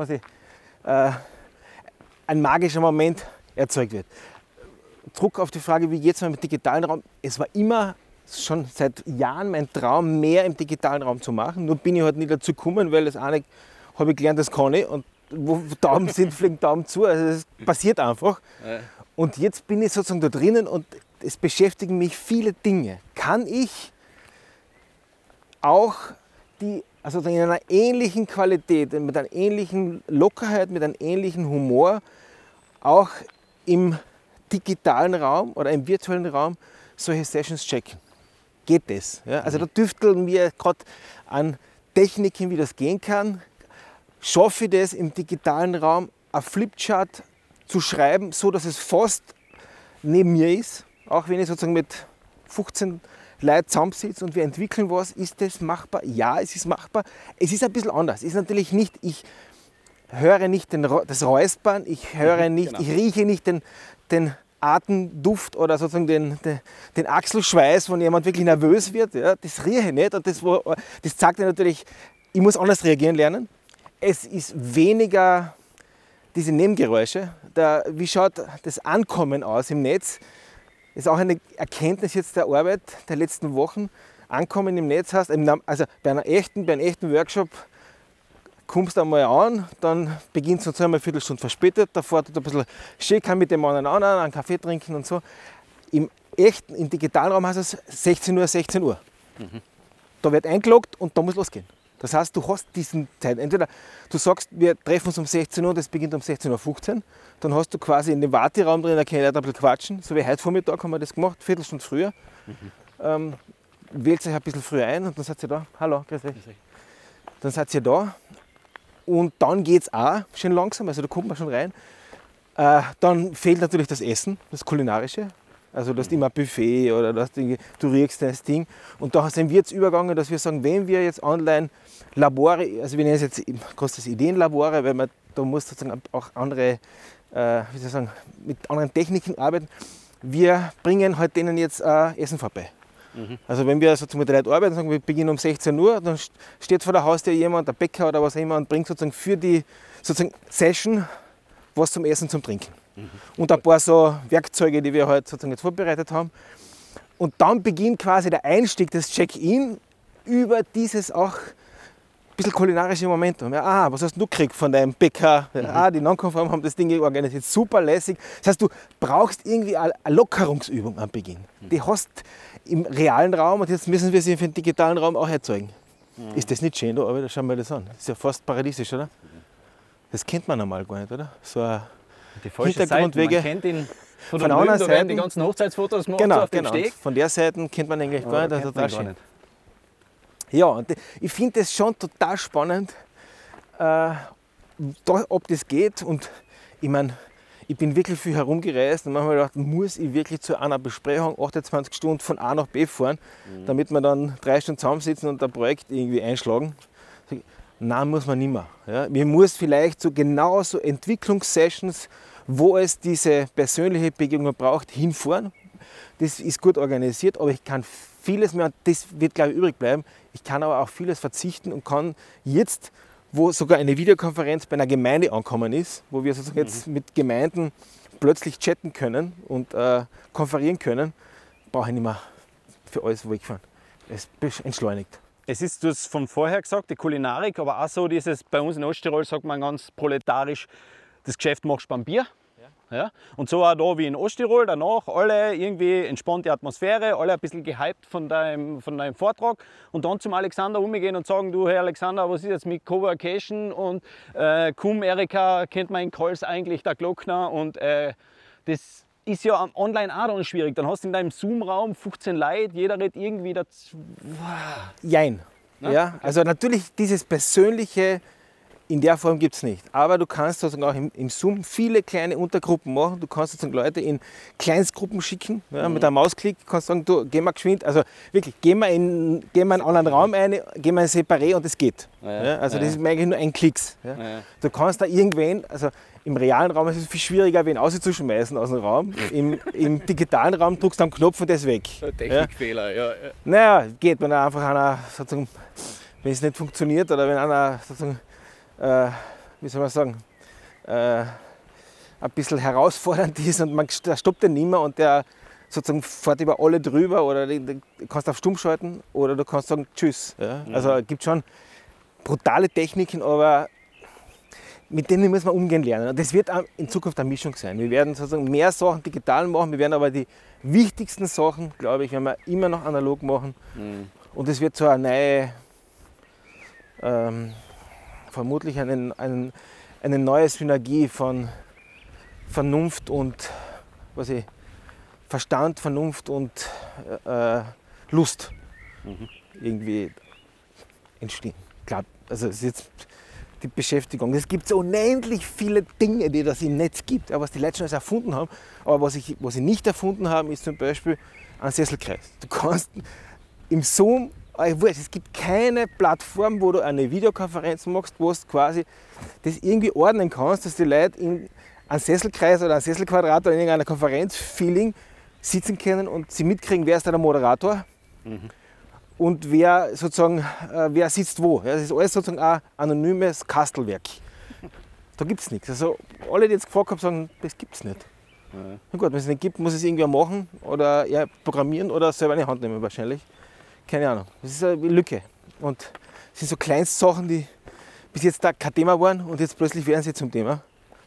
magischer Moment erzeugt wird. Zurück auf die Frage, wie geht es mit dem digitalen Raum? Es war immer schon seit Jahren mein Traum, mehr im digitalen Raum zu machen. Nur bin ich halt nicht dazu gekommen, weil das eine habe ich gelernt, das kann ich. Und wo Daumen sind, fliegen Daumen zu. Also das passiert einfach. Und jetzt bin ich sozusagen da drinnen und es beschäftigen mich viele Dinge. Kann ich auch also in einer ähnlichen Qualität, mit einer ähnlichen Lockerheit, mit einem ähnlichen Humor auch im digitalen Raum oder im virtuellen Raum solche Sessions checken? Geht das? Ja? Also da tüfteln wir gerade an Techniken, wie das gehen kann. Schaffe ich das im digitalen Raum, ein Flipchart zu schreiben, so dass es fast neben mir ist, auch wenn ich sozusagen mit 15 Leuten zusammensitze und wir entwickeln was. Ist das machbar? Ja, es ist machbar. Es ist ein bisschen anders. Es ist natürlich nicht, ich höre nicht das Räuspern, ich höre nicht, ich rieche nicht den Atemduft oder sozusagen den Achselschweiß, wenn jemand wirklich nervös wird, ja, das rieche ich nicht. Und das zeigt mir natürlich, ich muss anders reagieren lernen. Es ist weniger diese Nebengeräusche. Wie schaut das Ankommen aus im Netz? Das ist auch eine Erkenntnis jetzt der Arbeit der letzten Wochen. Ankommen im Netz heißt, also bei einem echten Workshop kommst du einmal an, dann beginnt es sozusagen eine Viertelstunde verspätet, da fährt du ein bisschen schicken mit dem anderen an, einen Kaffee trinken und so. Im digitalen Raum heißt es 16 Uhr, 16 Uhr. Da wird eingeloggt und da muss losgehen. Das heißt, du hast diesen Zeit. Entweder du sagst, wir treffen uns um 16 Uhr, das beginnt um 16:15 Uhr. Dann hast du quasi in dem Warteraum drin, da kann ich ein bisschen quatschen. So wie heute Vormittag haben wir das gemacht, Viertelstunde früher. Wählt euch ein bisschen früher ein und dann seid ihr da. Hallo, grüß dich. Dann seid ihr da. Und dann geht es auch schön langsam, also da kommt man schon rein. Dann fehlt natürlich das Essen, das Kulinarische. Also du hast immer ein Buffet oder du riechst das Ding. Und da sind wir jetzt übergegangen, dass wir sagen, wenn wir jetzt online Labore, also wir nennen es jetzt großes Ideenlabore, weil da muss sozusagen auch andere, mit anderen Techniken arbeiten. Wir bringen halt denen jetzt Essen vorbei. Also wenn wir sozusagen mit den Leuten arbeiten, sagen wir beginnen um 16 Uhr, dann steht vor der Haustür jemand, der Bäcker oder was auch immer und bringt sozusagen für die Session was zum Essen, zum Trinken. Und ein paar so Werkzeuge, die wir halt sozusagen jetzt vorbereitet haben. Und dann beginnt quasi der Einstieg, das Check-in über dieses auch ein bisschen kulinarische Momentum. Ja, was hast du gekriegt von deinem Bäcker? Die Nonkonform haben das Ding organisiert, super lässig. Das heißt, du brauchst irgendwie eine Lockerungsübung am Beginn. Die hast im realen Raum und jetzt müssen wir sie für den digitalen Raum auch erzeugen. Ist das nicht schön, da? Aber schauen wir das an. Das ist ja fast paradiesisch, oder? Das kennt man normal gar nicht, oder? So ein die falsche Hintergrundwege. Man kennt ihn von der anderen Seite. Die ganzen Hochzeitsfotos gemacht genau, auf dem Steg. Von der Seite kennt man eigentlich gar nicht. Das ist total schön. Nicht. Ja, und ich finde das schon total spannend, ob das geht. Und ich meine, ich bin wirklich viel herumgereist und manchmal gedacht, muss ich wirklich zu einer Besprechung 28 Stunden von A nach B fahren, damit wir dann 3 Stunden zusammensitzen und ein Projekt irgendwie einschlagen. Nein, muss man nicht mehr. Ja. Man muss vielleicht so genauso Entwicklungssessions, wo es diese persönliche Begegnung braucht, hinfahren. Das ist gut organisiert, aber ich kann vieles mehr, das wird glaube ich übrig bleiben. Ich kann aber auch vieles verzichten und kann jetzt, wo sogar eine Videokonferenz bei einer Gemeinde angekommen ist, wo wir sozusagen jetzt mit Gemeinden plötzlich chatten können und konferieren können, brauche ich nicht mehr für alles wegfahren. Es entschleunigt. Es ist, du hast von vorher gesagt, die Kulinarik, aber auch so dieses, bei uns in Osttirol sagt man ganz proletarisch, das Geschäft machst du beim Bier. Ja. Und so auch da wie in Osttirol, danach alle irgendwie entspannte Atmosphäre, alle ein bisschen gehypt von deinem Vortrag und dann zum Alexander umgehen und sagen, du Herr Alexander, was ist jetzt mit Coworkation und Erika kennt man in Kals eigentlich, der Glockner und das ist ja online auch dann schwierig. Dann hast du in deinem Zoom-Raum 15 Leute, jeder redet irgendwie dazu. Jein. Ja, also natürlich dieses Persönliche in der Form gibt es nicht. Aber du kannst sozusagen auch im Zoom viele kleine Untergruppen machen. Du kannst sozusagen Leute in Kleinstgruppen schicken. Ja, mit einem Mausklick kannst du sagen, du, geh mal geschwind, also wirklich, geh mal in einen anderen Raum ein, geh mal in Separé und es geht. Ja, also das ist eigentlich nur ein Klicks. Ja. Du kannst da irgendwen, also im realen Raum ist es viel schwieriger, wen rauszuschmeißen aus dem Raum. Im digitalen Raum drückst du einen Knopf und der ist weg. Technikfehler, ja. Naja, geht, wenn einfach einer sozusagen, wenn es nicht funktioniert oder wenn einer sozusagen wie soll man sagen, ein bisschen herausfordernd ist und der stoppt den nicht mehr und der sozusagen fährt über alle drüber oder du kannst auf Stumm schalten oder du kannst sagen Tschüss. Ja? Also es gibt schon brutale Techniken, aber mit denen muss man umgehen lernen. Und das wird auch in Zukunft eine Mischung sein. Wir werden sozusagen mehr Sachen digital machen, wir werden aber die wichtigsten Sachen, glaube ich, werden wir immer noch analog machen. Und es wird so eine neue vermutlich eine neue Synergie von Vernunft und Verstand, Vernunft und Lust irgendwie entstehen. Klar, also es ist jetzt die Beschäftigung. Es gibt so unendlich viele Dinge, die das im Netz gibt, was die Leute schon erfunden haben. Aber was sie nicht erfunden haben, ist zum Beispiel ein Sesselkreis. Du kannst im Zoom, es gibt keine Plattform, wo du eine Videokonferenz machst, wo du quasi das irgendwie ordnen kannst, dass die Leute in einen Sesselkreis oder einen Sesselquadrat oder in irgendeiner Konferenz-Feeling sitzen können und sie mitkriegen, wer ist da der Moderator und wer sozusagen, wer sitzt wo. Ja, das ist alles sozusagen ein anonymes Kastelwerk. Da gibt es nichts. Also alle, die jetzt gefragt haben, sagen, das gibt es nicht. Ja. Na gut, wenn es nicht gibt, muss es irgendwer machen oder eher programmieren oder selber in die Hand nehmen wahrscheinlich. Keine Ahnung. Das ist eine Lücke. Und das sind so Kleinstsachen, die bis jetzt da kein Thema waren und jetzt plötzlich werden sie zum Thema.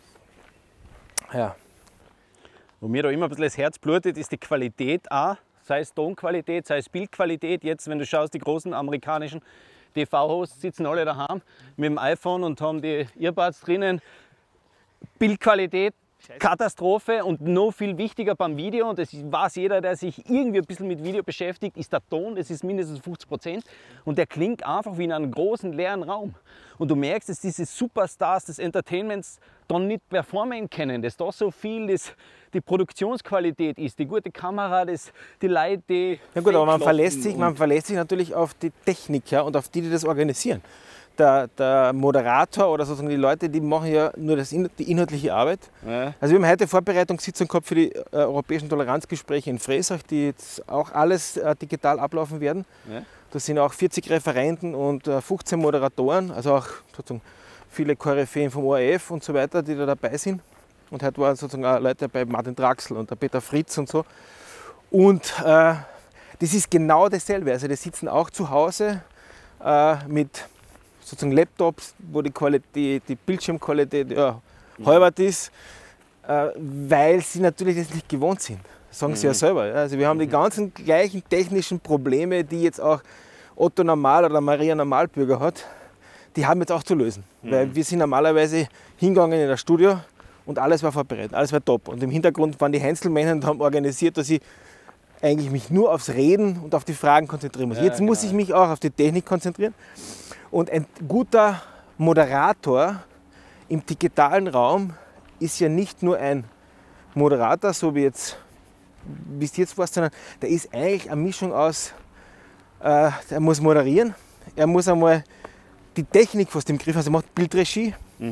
Ja. Wo mir da immer ein bisschen das Herz blutet, ist die Qualität auch. Sei es Tonqualität, sei es Bildqualität. Jetzt, wenn du schaust, die großen amerikanischen TV-Hosts sitzen alle daheim mit dem iPhone und haben die Earbuds drinnen. Bildqualität, Katastrophe und noch viel wichtiger beim Video, und das weiß jeder, der sich irgendwie ein bisschen mit Video beschäftigt, ist der Ton, das ist mindestens 50% und der klingt einfach wie in einem großen leeren Raum. Und du merkst, dass diese Superstars des Entertainments dann nicht performen können, dass da so viel die Produktionsqualität ist, die gute Kamera, die Leute, die... Ja gut, aber man verlässt sich natürlich auf die Techniker und auf die das organisieren. Der Moderator oder sozusagen die Leute, die machen ja nur die inhaltliche Arbeit. Ja. Also wir haben heute Vorbereitungssitzung gehabt für die europäischen Toleranzgespräche in Freisach, die jetzt auch alles digital ablaufen werden. Ja. Da sind auch 40 Referenten und 15 Moderatoren, also auch sozusagen viele Koryphäen vom ORF und so weiter, die da dabei sind. Und heute waren sozusagen auch Leute bei Martin Draxl und der Peter Fritz und so. Und das ist genau dasselbe. Also die sitzen auch zu Hause mit sozusagen Laptops, wo die Bildschirmqualität halbert ist, weil sie natürlich das nicht gewohnt sind. Das sagen sie ja selber. Also wir haben die ganzen gleichen technischen Probleme, die jetzt auch Otto Normal oder Maria Normalbürger hat, die haben jetzt auch zu lösen. Weil wir sind normalerweise hingegangen in das Studio und alles war vorbereitet, alles war top. Und im Hintergrund waren die Heinzelmänner und haben organisiert, dass ich eigentlich mich nur aufs Reden und auf die Fragen konzentrieren muss. Jetzt muss ich mich auch auf die Technik konzentrieren. Und ein guter Moderator im digitalen Raum ist ja nicht nur ein Moderator, so wie es jetzt war, sondern der ist eigentlich eine Mischung aus, er muss moderieren, er muss einmal die Technik fast im Griff haben, also er macht Bildregie,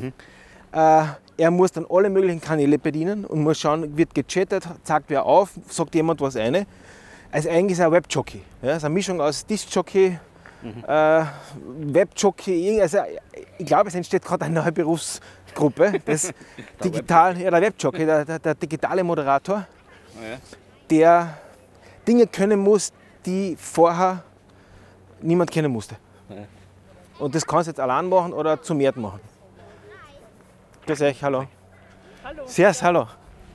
er muss dann alle möglichen Kanäle bedienen und muss schauen, wird gechattet, zeigt wer auf, sagt jemand was eine. Also eigentlich ist er ein Webjockey, ja, ist eine Mischung aus Diskjockey, Webjockey, also ich glaube, es entsteht gerade eine neue Berufsgruppe, das der Webjockey, der digitale Moderator, der Dinge können muss, die vorher niemand kennen musste. Und das kannst du jetzt allein machen oder zu mehr machen. Grüß euch, hallo. Hallo. Servus, hallo.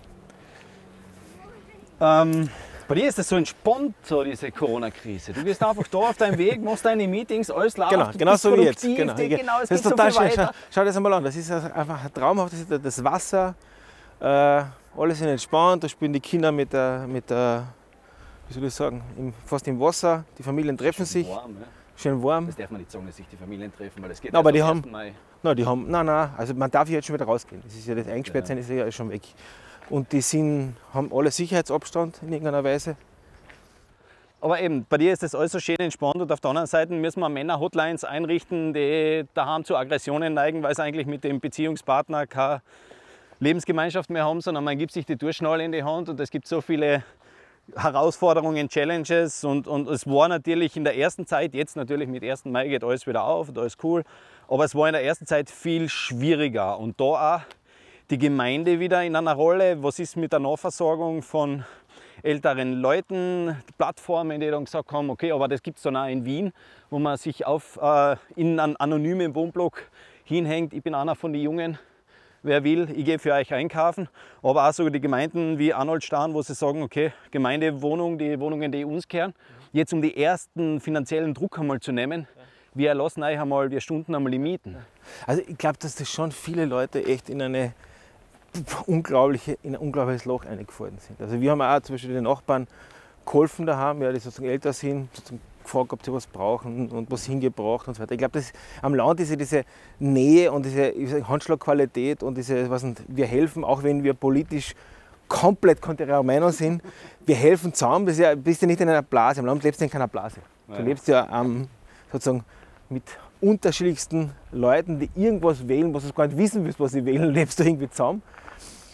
Bei dir ist das so entspannt, so diese Corona-Krise. Du gehst einfach da auf deinem Weg, machst deine Meetings, alles läuft. Genau so wie jetzt. Genau, es das geht ist total so viel schön. Schau dir das einmal an. Das ist einfach ein traumhaft. Das ist das Wasser, alles sind entspannt. Da spielen die Kinder mit der wie soll ich sagen, fast im Wasser. Die Familien treffen sich. Warm, ja. Schön warm. Das darf man nicht sagen, dass sich die Familien treffen, weil das geht aber erst die am 1. haben, Mai. also man darf jetzt schon wieder rausgehen. Das ist ja das Eingesperrtsein ist ja schon weg. Und die haben alle Sicherheitsabstand in irgendeiner Weise. Aber eben, bei dir ist das alles so schön entspannt und auf der anderen Seite müssen wir Männer-Hotlines einrichten, die daheim zu Aggressionen neigen, weil sie eigentlich mit dem Beziehungspartner keine Lebensgemeinschaft mehr haben, sondern man gibt sich die Durchschnalle in die Hand und es gibt so viele Herausforderungen, Challenges und es war natürlich in der ersten Zeit, jetzt natürlich mit 1. Mai geht alles wieder auf und alles cool, aber es war in der ersten Zeit viel schwieriger und da auch die Gemeinde wieder in einer Rolle, was ist mit der Nahversorgung von älteren Leuten, Plattformen, die dann gesagt haben, okay, aber das gibt es dann auch in Wien, wo man sich in einen anonymen Wohnblock hinhängt, ich bin einer von den Jungen, wer will, ich gehe für euch einkaufen. Aber auch so die Gemeinden wie Arnoldstaden, wo sie sagen, okay, Gemeindewohnung, die Wohnungen, die uns gehören, jetzt um die ersten finanziellen Druck einmal zu nehmen, wir erlassen euch einmal, wir stunden einmal die Mieten. Also ich glaube, dass das schon viele Leute echt in ein unglaubliches Loch eingefallen sind. Also wir haben auch zum Beispiel den Nachbarn geholfen daheim, die sozusagen älter sind, sozusagen gefragt, ob sie was brauchen und was hingebracht und so weiter. Ich glaube, am Land ist diese Nähe und diese Handschlagqualität und wir helfen, auch wenn wir politisch komplett konträrer Meinung sind, wir helfen zusammen. Bist ja nicht in einer Blase, am Land lebst du in keiner Blase. Du lebst ja sozusagen mit unterschiedlichsten Leuten, die irgendwas wählen, was du gar nicht wissen willst, was sie wählen, lebst du irgendwie zusammen.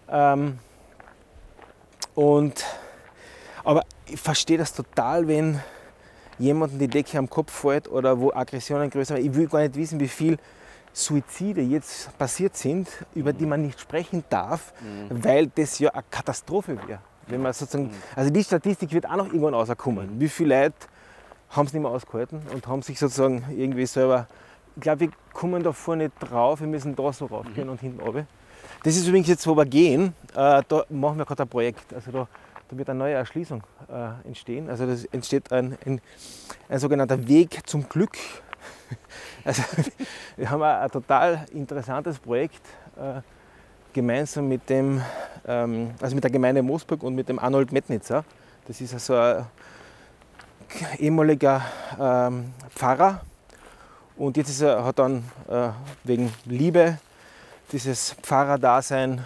Aber ich verstehe das total, wenn jemandem die Decke am Kopf fällt oder wo Aggressionen größer sind. Ich will gar nicht wissen, wie viel Suizide jetzt passiert sind, über die man nicht sprechen darf, weil das ja eine Katastrophe wäre. Wenn man sozusagen, also die Statistik wird auch noch irgendwann rauskommen. Wie viele Leute haben es nicht mehr ausgehalten und haben sich sozusagen irgendwie selber, ich glaube, wir kommen da vorne drauf, wir müssen da so raufgehen und hinten runter. Das ist übrigens jetzt, wo wir gehen, da machen wir gerade ein Projekt. Also da wird eine neue Erschließung entstehen. Also das entsteht ein sogenannter Weg zum Glück. Also wir haben ein total interessantes Projekt gemeinsam mit dem, also mit der Gemeinde Moosburg und mit dem Arnold Metnitzer. Das ist also ein ehemaliger Pfarrer und jetzt hat dann wegen Liebe dieses Pfarrerdasein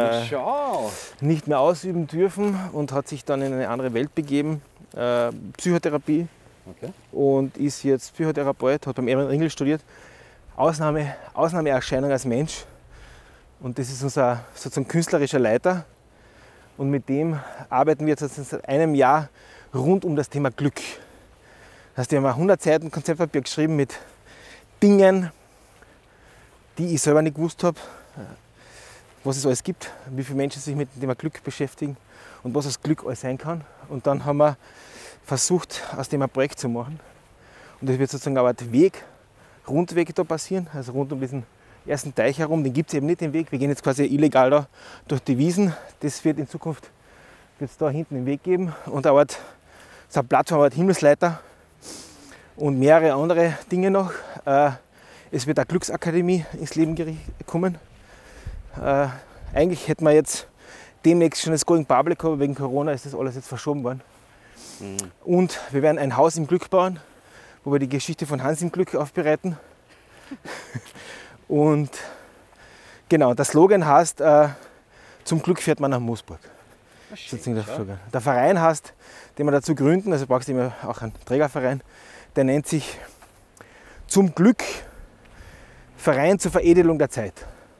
nicht mehr ausüben dürfen und hat sich dann in eine andere Welt begeben, Psychotherapie. Okay. Und ist jetzt Psychotherapeut, hat beim Erwin Ringel studiert. Ausnahmeerscheinung als Mensch. Und das ist unser sozusagen künstlerischer Leiter. Und mit dem arbeiten wir jetzt seit einem Jahr rund um das Thema Glück. Das heißt, wir haben 100 Seiten Konzeptpapier geschrieben mit Dingen, die ich selber nicht gewusst habe, was es alles gibt, wie viele Menschen sich mit dem Thema Glück beschäftigen und was das Glück alles sein kann. Und dann haben wir versucht, aus dem ein Projekt zu machen. Und das wird sozusagen aber ein Rundweg da passieren, also rund um diesen ersten Teich herum. Den gibt es eben nicht, den Weg. Wir gehen jetzt quasi illegal da durch die Wiesen. Das wird in Zukunft wird's da hinten den Weg geben. Und so eine Plattform, eine Himmelsleiter und mehrere andere Dinge noch. Es wird eine Glücksakademie ins Leben kommen. Eigentlich hätten wir jetzt demnächst schon das Going Public, aber wegen Corona ist das alles jetzt verschoben worden. Und wir werden ein Haus im Glück bauen, wo wir die Geschichte von Hans im Glück aufbereiten. Und genau, der Slogan heißt, zum Glück fährt man nach Moosburg. Der Verein heißt, den wir dazu gründen, also brauchst du immer auch einen Trägerverein, der nennt sich Zum Glück Verein zur Veredelung der Zeit.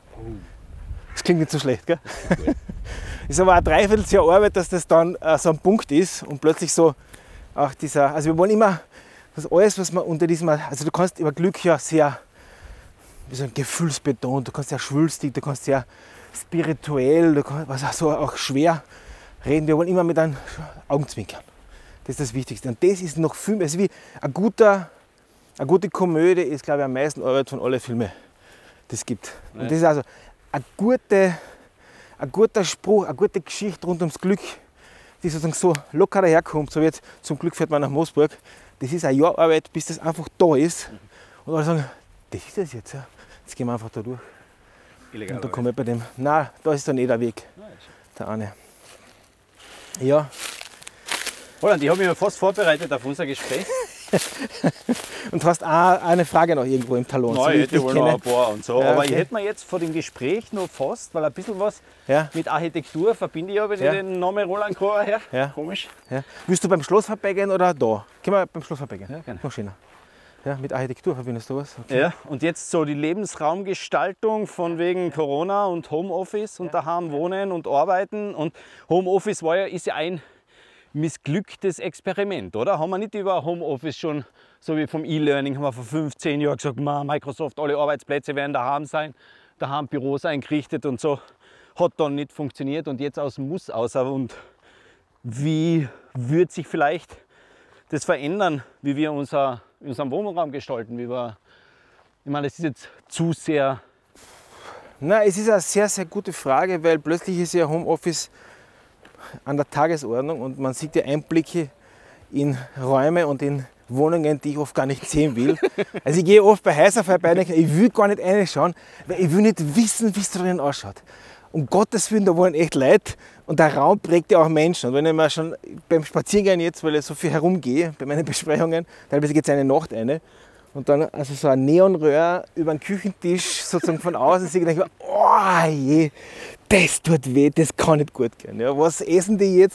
Das klingt nicht so schlecht, gell? Ist aber ein Dreivierteljahr Arbeit, dass das dann so ein Punkt ist und plötzlich so auch dieser, also wir wollen immer, dass alles, was man unter diesem, also du kannst über Glück ja sehr, wie so ein gefühlsbetont, du kannst sehr schwülstig, du kannst sehr spirituell, du kannst was so auch schwer reden. Wir wollen immer mit einem Augenzwinkern. Das ist das Wichtigste. Und das ist noch viel mehr, also wie eine gute Komödie ist, glaube ich, am meisten Arbeit von allen Filmen, die es gibt. Und das ist also ein guter Spruch, eine gute Geschichte rund ums Glück, die sozusagen so locker daherkommt, so wie jetzt zum Glück fährt man nach Moosburg. Das ist ein Jahr Arbeit, bis das einfach da ist. Und alle sagen, das ist es jetzt. Ja. Jetzt gehen wir einfach da durch. Illegal und dann komme ich bei dem, nein, da ist dann eh der Weg. Der eine. Ja. Roland, ich habe mich ja fast vorbereitet auf unser Gespräch. Und du hast auch eine Frage noch irgendwo im Talon. Nein, ich hätte wohl noch ein paar und so. Ja, aber okay. Ich hätte mir jetzt vor dem Gespräch noch fast, weil ein bisschen was mit Architektur verbinde ich ja, wenn ich den Namen Roland Kocher her. Ja. Komisch. Ja. Willst du beim Schloss vorbeigehen oder da? Können wir beim Schloss vorbeigehen? Ja, gerne. Noch schöner. Ja, mit Architektur verbindest du was? Okay. Ja, und jetzt so die Lebensraumgestaltung von wegen Corona und Homeoffice und daheim wohnen und arbeiten. Und Homeoffice ist ja ein missglücktes Experiment, oder? Haben wir nicht über Homeoffice schon, so wie vom E-Learning, haben wir vor 15 Jahren gesagt, Microsoft, alle Arbeitsplätze werden daheim sein, daheim Büros eingerichtet und so. Hat dann nicht funktioniert und jetzt aus dem Muss aus. Und wie wird sich vielleicht das verändern, wie wir unseren Wohnraum gestalten? Ich meine, das ist jetzt zu sehr... Nein, es ist eine sehr, sehr gute Frage, weil plötzlich ist ja Homeoffice an der Tagesordnung und man sieht ja Einblicke in Räume und in Wohnungen, die ich oft gar nicht sehen will. Also ich gehe oft bei Häusern vorbei und denke, ich will gar nicht reinschauen, weil ich will nicht wissen, wie es drinnen ausschaut. Um Gottes Willen, da wohnen echt Leute und der Raum prägt ja auch Menschen. Und wenn ich mal schon beim Spaziergehen jetzt, weil ich so viel herumgehe, bei meinen Besprechungen, teilweise geht es eine Nacht eine, und dann also so ein Neonröhr über den Küchentisch sozusagen von außen sehe, denke ich, oh je, das tut weh, das kann nicht gut gehen. Ja, was essen die jetzt?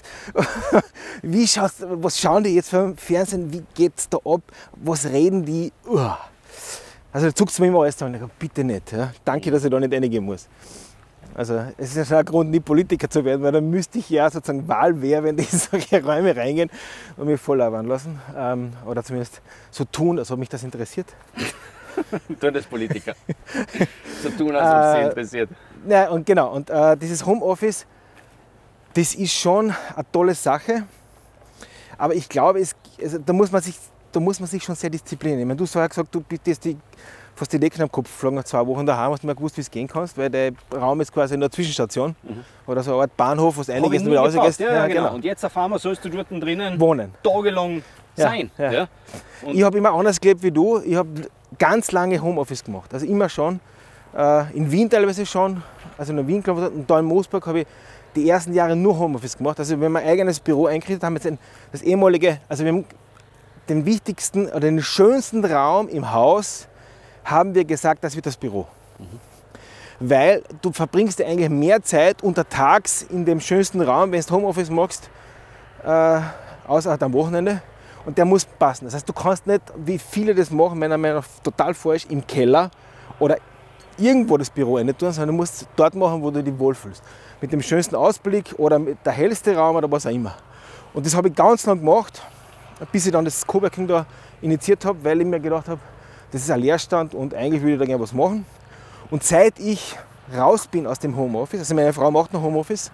Was schauen die jetzt vom Fernsehen? Wie geht es da ab? Was reden die? Also da zuckt es mir immer alles an. Bitte nicht. Ja. Danke, dass ich da nicht reingehen muss. Also es ist ja schon ein Grund, nie Politiker zu werden, weil dann müsste ich ja sozusagen wahlwerbend in solche Räume reingehen und mich voll labern lassen. Oder zumindest so tun, als ob mich das interessiert. Tun das Politiker. So tun, als ob es sie interessiert. Ja, und genau. Und dieses Homeoffice, das ist schon eine tolle Sache. Aber ich glaube, da muss man sich schon sehr disziplinieren. Ich meine, du hast vorher gesagt, du bist fast die Decken am Kopf geflogen nach 2 Wochen daheim, hast du mal gewusst, wie es gehen kannst, weil der Raum ist quasi in der Zwischenstation oder so eine Art Bahnhof, wo du einiges wieder rausgehst. Ja, genau. Und jetzt auf einmal sollst du dort drinnen wohnen. Tagelang sein. Ja. Ja. Ich habe immer anders gelebt wie du. Ich habe ganz lange Homeoffice gemacht. Also immer schon. In Wien teilweise schon. Also in Wien und da in Moosburg habe ich die ersten Jahre nur Homeoffice gemacht. Also wenn wir ein eigenes Büro eingerichtet haben, jetzt das ehemalige, also wir haben den wichtigsten oder den schönsten Raum im Haus, haben wir gesagt, das wird das Büro. Weil du verbringst ja eigentlich mehr Zeit untertags in dem schönsten Raum, wenn du Homeoffice machst, außer halt am Wochenende. Und der muss passen. Das heißt, du kannst nicht, wie viele das machen, meiner Meinung nach total falsch, im Keller oder irgendwo das Büro nicht tun, sondern du musst dort machen, wo du dich wohlfühlst. Mit dem schönsten Ausblick oder mit der hellste Raum oder was auch immer. Und das habe ich ganz lang gemacht, bis ich dann das Coworking da initiiert habe, weil ich mir gedacht habe, das ist ein Leerstand und eigentlich würde ich da gerne was machen. Und seit ich raus bin aus dem Homeoffice, also meine Frau macht noch Homeoffice,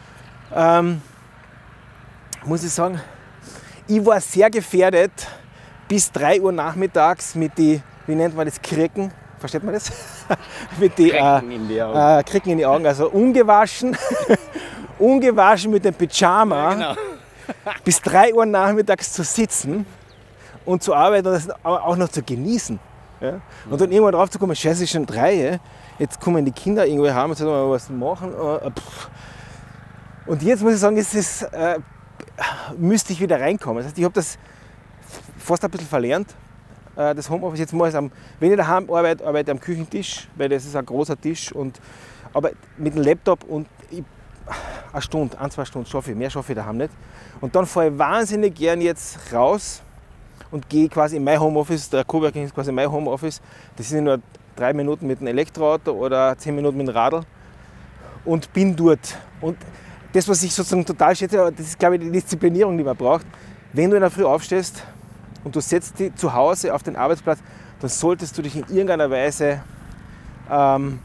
muss ich sagen, ich war sehr gefährdet bis 3 Uhr nachmittags mit die, wie nennt man das, Kricken, versteht man das? Mit die Kricken in die Augen, also ungewaschen, ungewaschen mit dem Pyjama, Genau. bis 3 Uhr nachmittags zu sitzen und zu arbeiten und das auch noch zu genießen. Ja? Und dann irgendwann drauf zu kommen, scheiße, es ist schon 3, jetzt kommen die Kinder irgendwo heim und sollen was machen. Und jetzt muss ich sagen, müsste ich wieder reinkommen. Das heißt, ich habe das fast ein bisschen verlernt, das Homeoffice. Jetzt muss ich wenn ich daheim arbeite ich am Küchentisch, weil das ist ein großer Tisch. Aber mit dem Laptop und eine Stunde, 1-2 Stunden schaffe ich, mehr schaffe ich daheim nicht. Und dann fahre ich wahnsinnig gern jetzt raus und gehe quasi in mein Homeoffice. Der Coworking ist quasi mein Homeoffice. Das sind nur 3 Minuten mit einem Elektroauto oder 10 Minuten mit dem Radl und bin dort. Und das, was ich sozusagen total schätze, das ist, glaube ich, die Disziplinierung, die man braucht. Wenn du in der Früh aufstehst und du setzt dich zu Hause auf den Arbeitsplatz, dann solltest du dich in irgendeiner Weise, man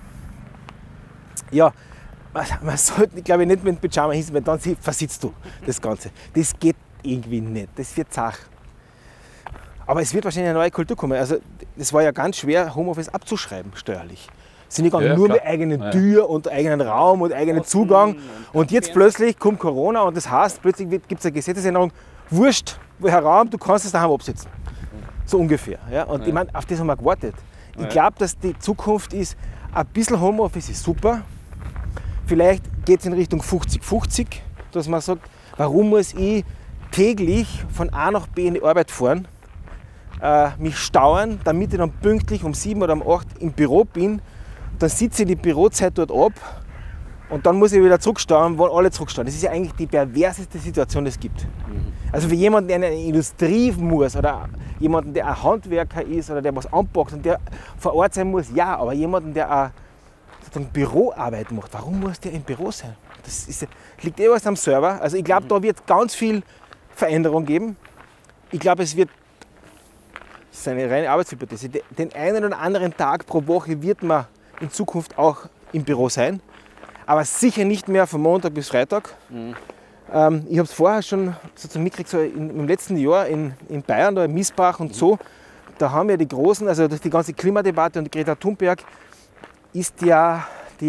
sollte, glaube ich, nicht mit dem Pyjama hinsetzen, weil dann versitzt du das Ganze. Das geht irgendwie nicht, das wird zach. Aber es wird wahrscheinlich eine neue Kultur kommen. Also es war ja ganz schwer, Homeoffice abzuschreiben, steuerlich. Es sind gegangen, nur mit eigener Tür und eigenen Raum und eigenen Zugang. Und jetzt plötzlich kommt Corona und das heißt, plötzlich gibt es eine Gesetzesänderung, wurscht, woher Raum, du kannst es daheim absitzen. So ungefähr. Ja? Und ich meine, auf das haben wir gewartet. Ich glaube, dass die Zukunft ist, ein bisschen Homeoffice ist super. Vielleicht geht es in Richtung 50-50, dass man sagt, warum muss ich täglich von A nach B in die Arbeit fahren, mich stauern, damit ich dann pünktlich um 7 oder um 8 im Büro bin. Dann sitze ich die Bürozeit dort ab und dann muss ich wieder zurücksteuern, wo alle zurücksteuern. Das ist ja eigentlich die perverseste Situation, die es gibt. Also für jemanden, der in eine Industrie muss oder jemanden, der ein Handwerker ist oder der was anpackt und der vor Ort sein muss, ja, aber jemanden, der auch sozusagen Büroarbeit macht, warum muss der im Büro sein? Das liegt was am Server. Also ich glaube, da wird es ganz viel Veränderung geben. Ich glaube, das ist eine reine Arbeitshypothese. Den einen oder anderen Tag pro Woche wird man in Zukunft auch im Büro sein, aber sicher nicht mehr von Montag bis Freitag. Ich habe es vorher schon sozusagen mitgekriegt, so im letzten Jahr in Bayern, da in Miesbach und so, da haben ja die großen, also durch die ganze Klimadebatte und die Greta Thunberg, ist ja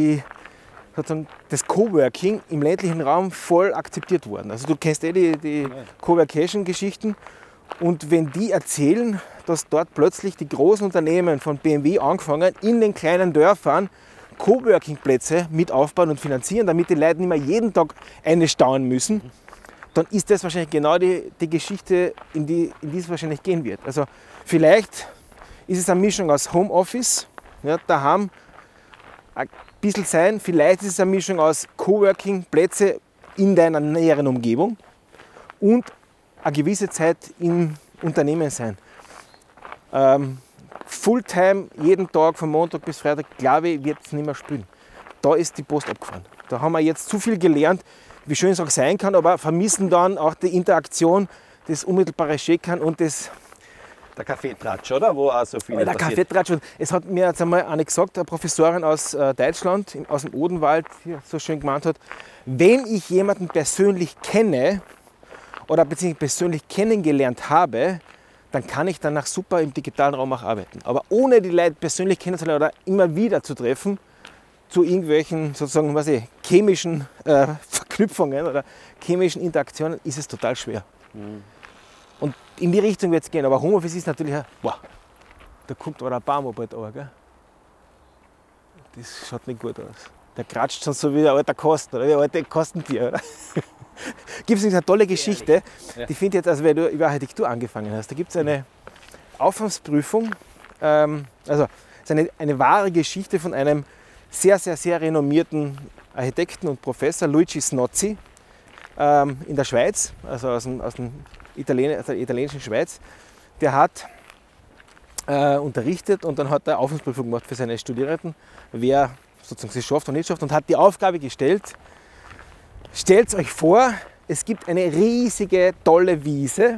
das Coworking im ländlichen Raum voll akzeptiert worden. Also du kennst die Coworcation-Geschichten und wenn die erzählen, dass dort plötzlich die großen Unternehmen von BMW angefangen in den kleinen Dörfern Coworking-Plätze mit aufbauen und finanzieren, damit die Leute nicht mehr jeden Tag einstauen müssen, dann ist das wahrscheinlich genau die Geschichte, in die es wahrscheinlich gehen wird. Also vielleicht ist es eine Mischung aus Homeoffice, ja, daheim ein bisschen sein, vielleicht ist es eine Mischung aus Coworking-Plätze in deiner näheren Umgebung und eine gewisse Zeit im Unternehmen sein. Fulltime, jeden Tag, von Montag bis Freitag, glaube ich, wird es nicht mehr spielen. da ist die Post abgefahren. Da haben wir jetzt zu viel gelernt, wie schön es auch sein kann, aber vermissen dann auch die Interaktion, das unmittelbare Schäkern und das... Der Kaffeetratsch, oder? Wo auch so viel Der Kaffeetratsch. Es hat mir jetzt einmal eine gesagt, eine Professorin aus Deutschland, aus dem Odenwald, die so schön gemeint hat, wenn ich jemanden persönlich kenne oder beziehungsweise persönlich kennengelernt habe, dann kann ich danach super im digitalen Raum auch arbeiten. Aber ohne die Leute persönlich kennenzulernen oder immer wieder zu treffen, zu irgendwelchen sozusagen, was ich, chemischen Verknüpfungen oder chemischen Interaktionen, ist es total schwer. Und in die Richtung wird es gehen. Aber Homeoffice ist natürlich, wow, da kommt aber ein Baum bald runter, gell? Das schaut nicht gut aus. Der kratscht schon so wie ein alter Kasten, oder wie ein alter Kastentier, oder? Gibt es eine tolle Geschichte, die finde ich jetzt, also wenn du über Architektur angefangen hast, da gibt es eine Aufwandsprüfung, also es ist eine wahre Geschichte von einem sehr, sehr, sehr renommierten Architekten und Professor, Luigi Snozzi, in der Schweiz, also aus der italienischen Schweiz. Der hat unterrichtet und dann hat er Aufwandsprüfung gemacht für seine Studierenden, wer sozusagen es schafft und nicht schafft, und hat die Aufgabe gestellt: Stellt euch vor, es gibt eine riesige, tolle Wiese.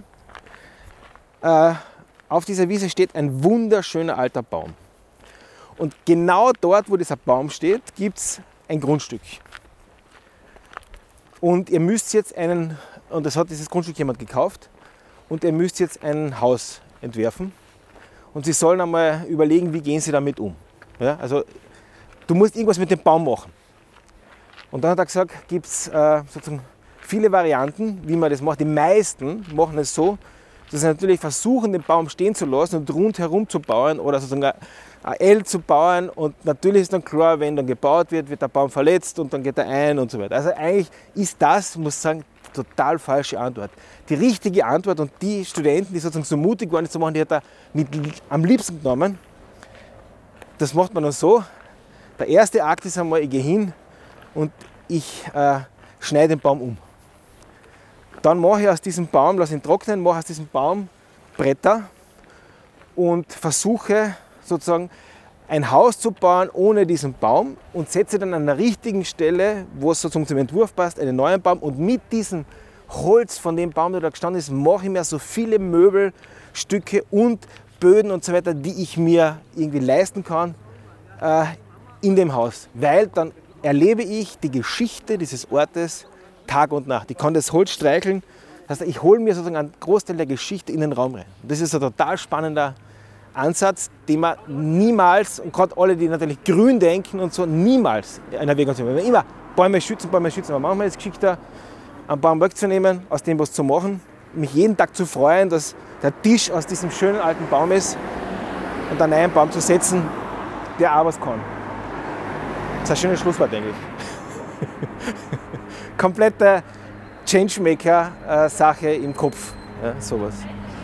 Auf dieser Wiese steht ein wunderschöner alter Baum. Und genau dort, wo dieser Baum steht, gibt es ein Grundstück. Und ihr müsst jetzt und das hat dieses Grundstück jemand gekauft, und ihr müsst jetzt ein Haus entwerfen. Und sie sollen einmal überlegen, wie gehen sie damit um. Ja, also du musst irgendwas mit dem Baum machen. Und dann hat er gesagt, gibt es sozusagen viele Varianten, wie man das macht. Die meisten machen es so, dass sie natürlich versuchen, den Baum stehen zu lassen und rundherum zu bauen oder sozusagen ein L zu bauen. Und natürlich ist dann klar, wenn dann gebaut wird, wird der Baum verletzt und dann geht er ein und so weiter. Also eigentlich ist das, muss ich sagen, total falsche Antwort. Die richtige Antwort, und die Studenten, die sozusagen so mutig waren, das zu machen, die hat er am liebsten genommen. Das macht man dann so. Der erste Akt ist einmal, ich gehe hin und ich schneide den Baum um. Dann mache ich aus diesem Baum, lasse ihn trocknen, mache aus diesem Baum Bretter und versuche sozusagen ein Haus zu bauen ohne diesen Baum und setze dann an der richtigen Stelle, wo es sozusagen zum Entwurf passt, einen neuen Baum, und mit diesem Holz von dem Baum, der da gestanden ist, mache ich mir so viele Möbelstücke und Böden und so weiter, die ich mir irgendwie leisten kann in dem Haus, weil dann erlebe ich die Geschichte dieses Ortes Tag und Nacht. Ich kann das Holz streicheln, das heißt, ich hole mir sozusagen einen Großteil der Geschichte in den Raum rein. Das ist ein total spannender Ansatz, den man niemals, und gerade alle, die natürlich grün denken und so, niemals in Erwägung ziehen. Wir immer Bäume schützen, aber manchmal ist es geschickter, einen Baum wegzunehmen, aus dem was zu machen, mich jeden Tag zu freuen, dass der Tisch aus diesem schönen alten Baum ist, und einen neuen Baum zu setzen, der auch was kann. Das ist ein schönes Schlusswort, denke ich. Komplette Changemaker-Sache im Kopf, ja, sowas.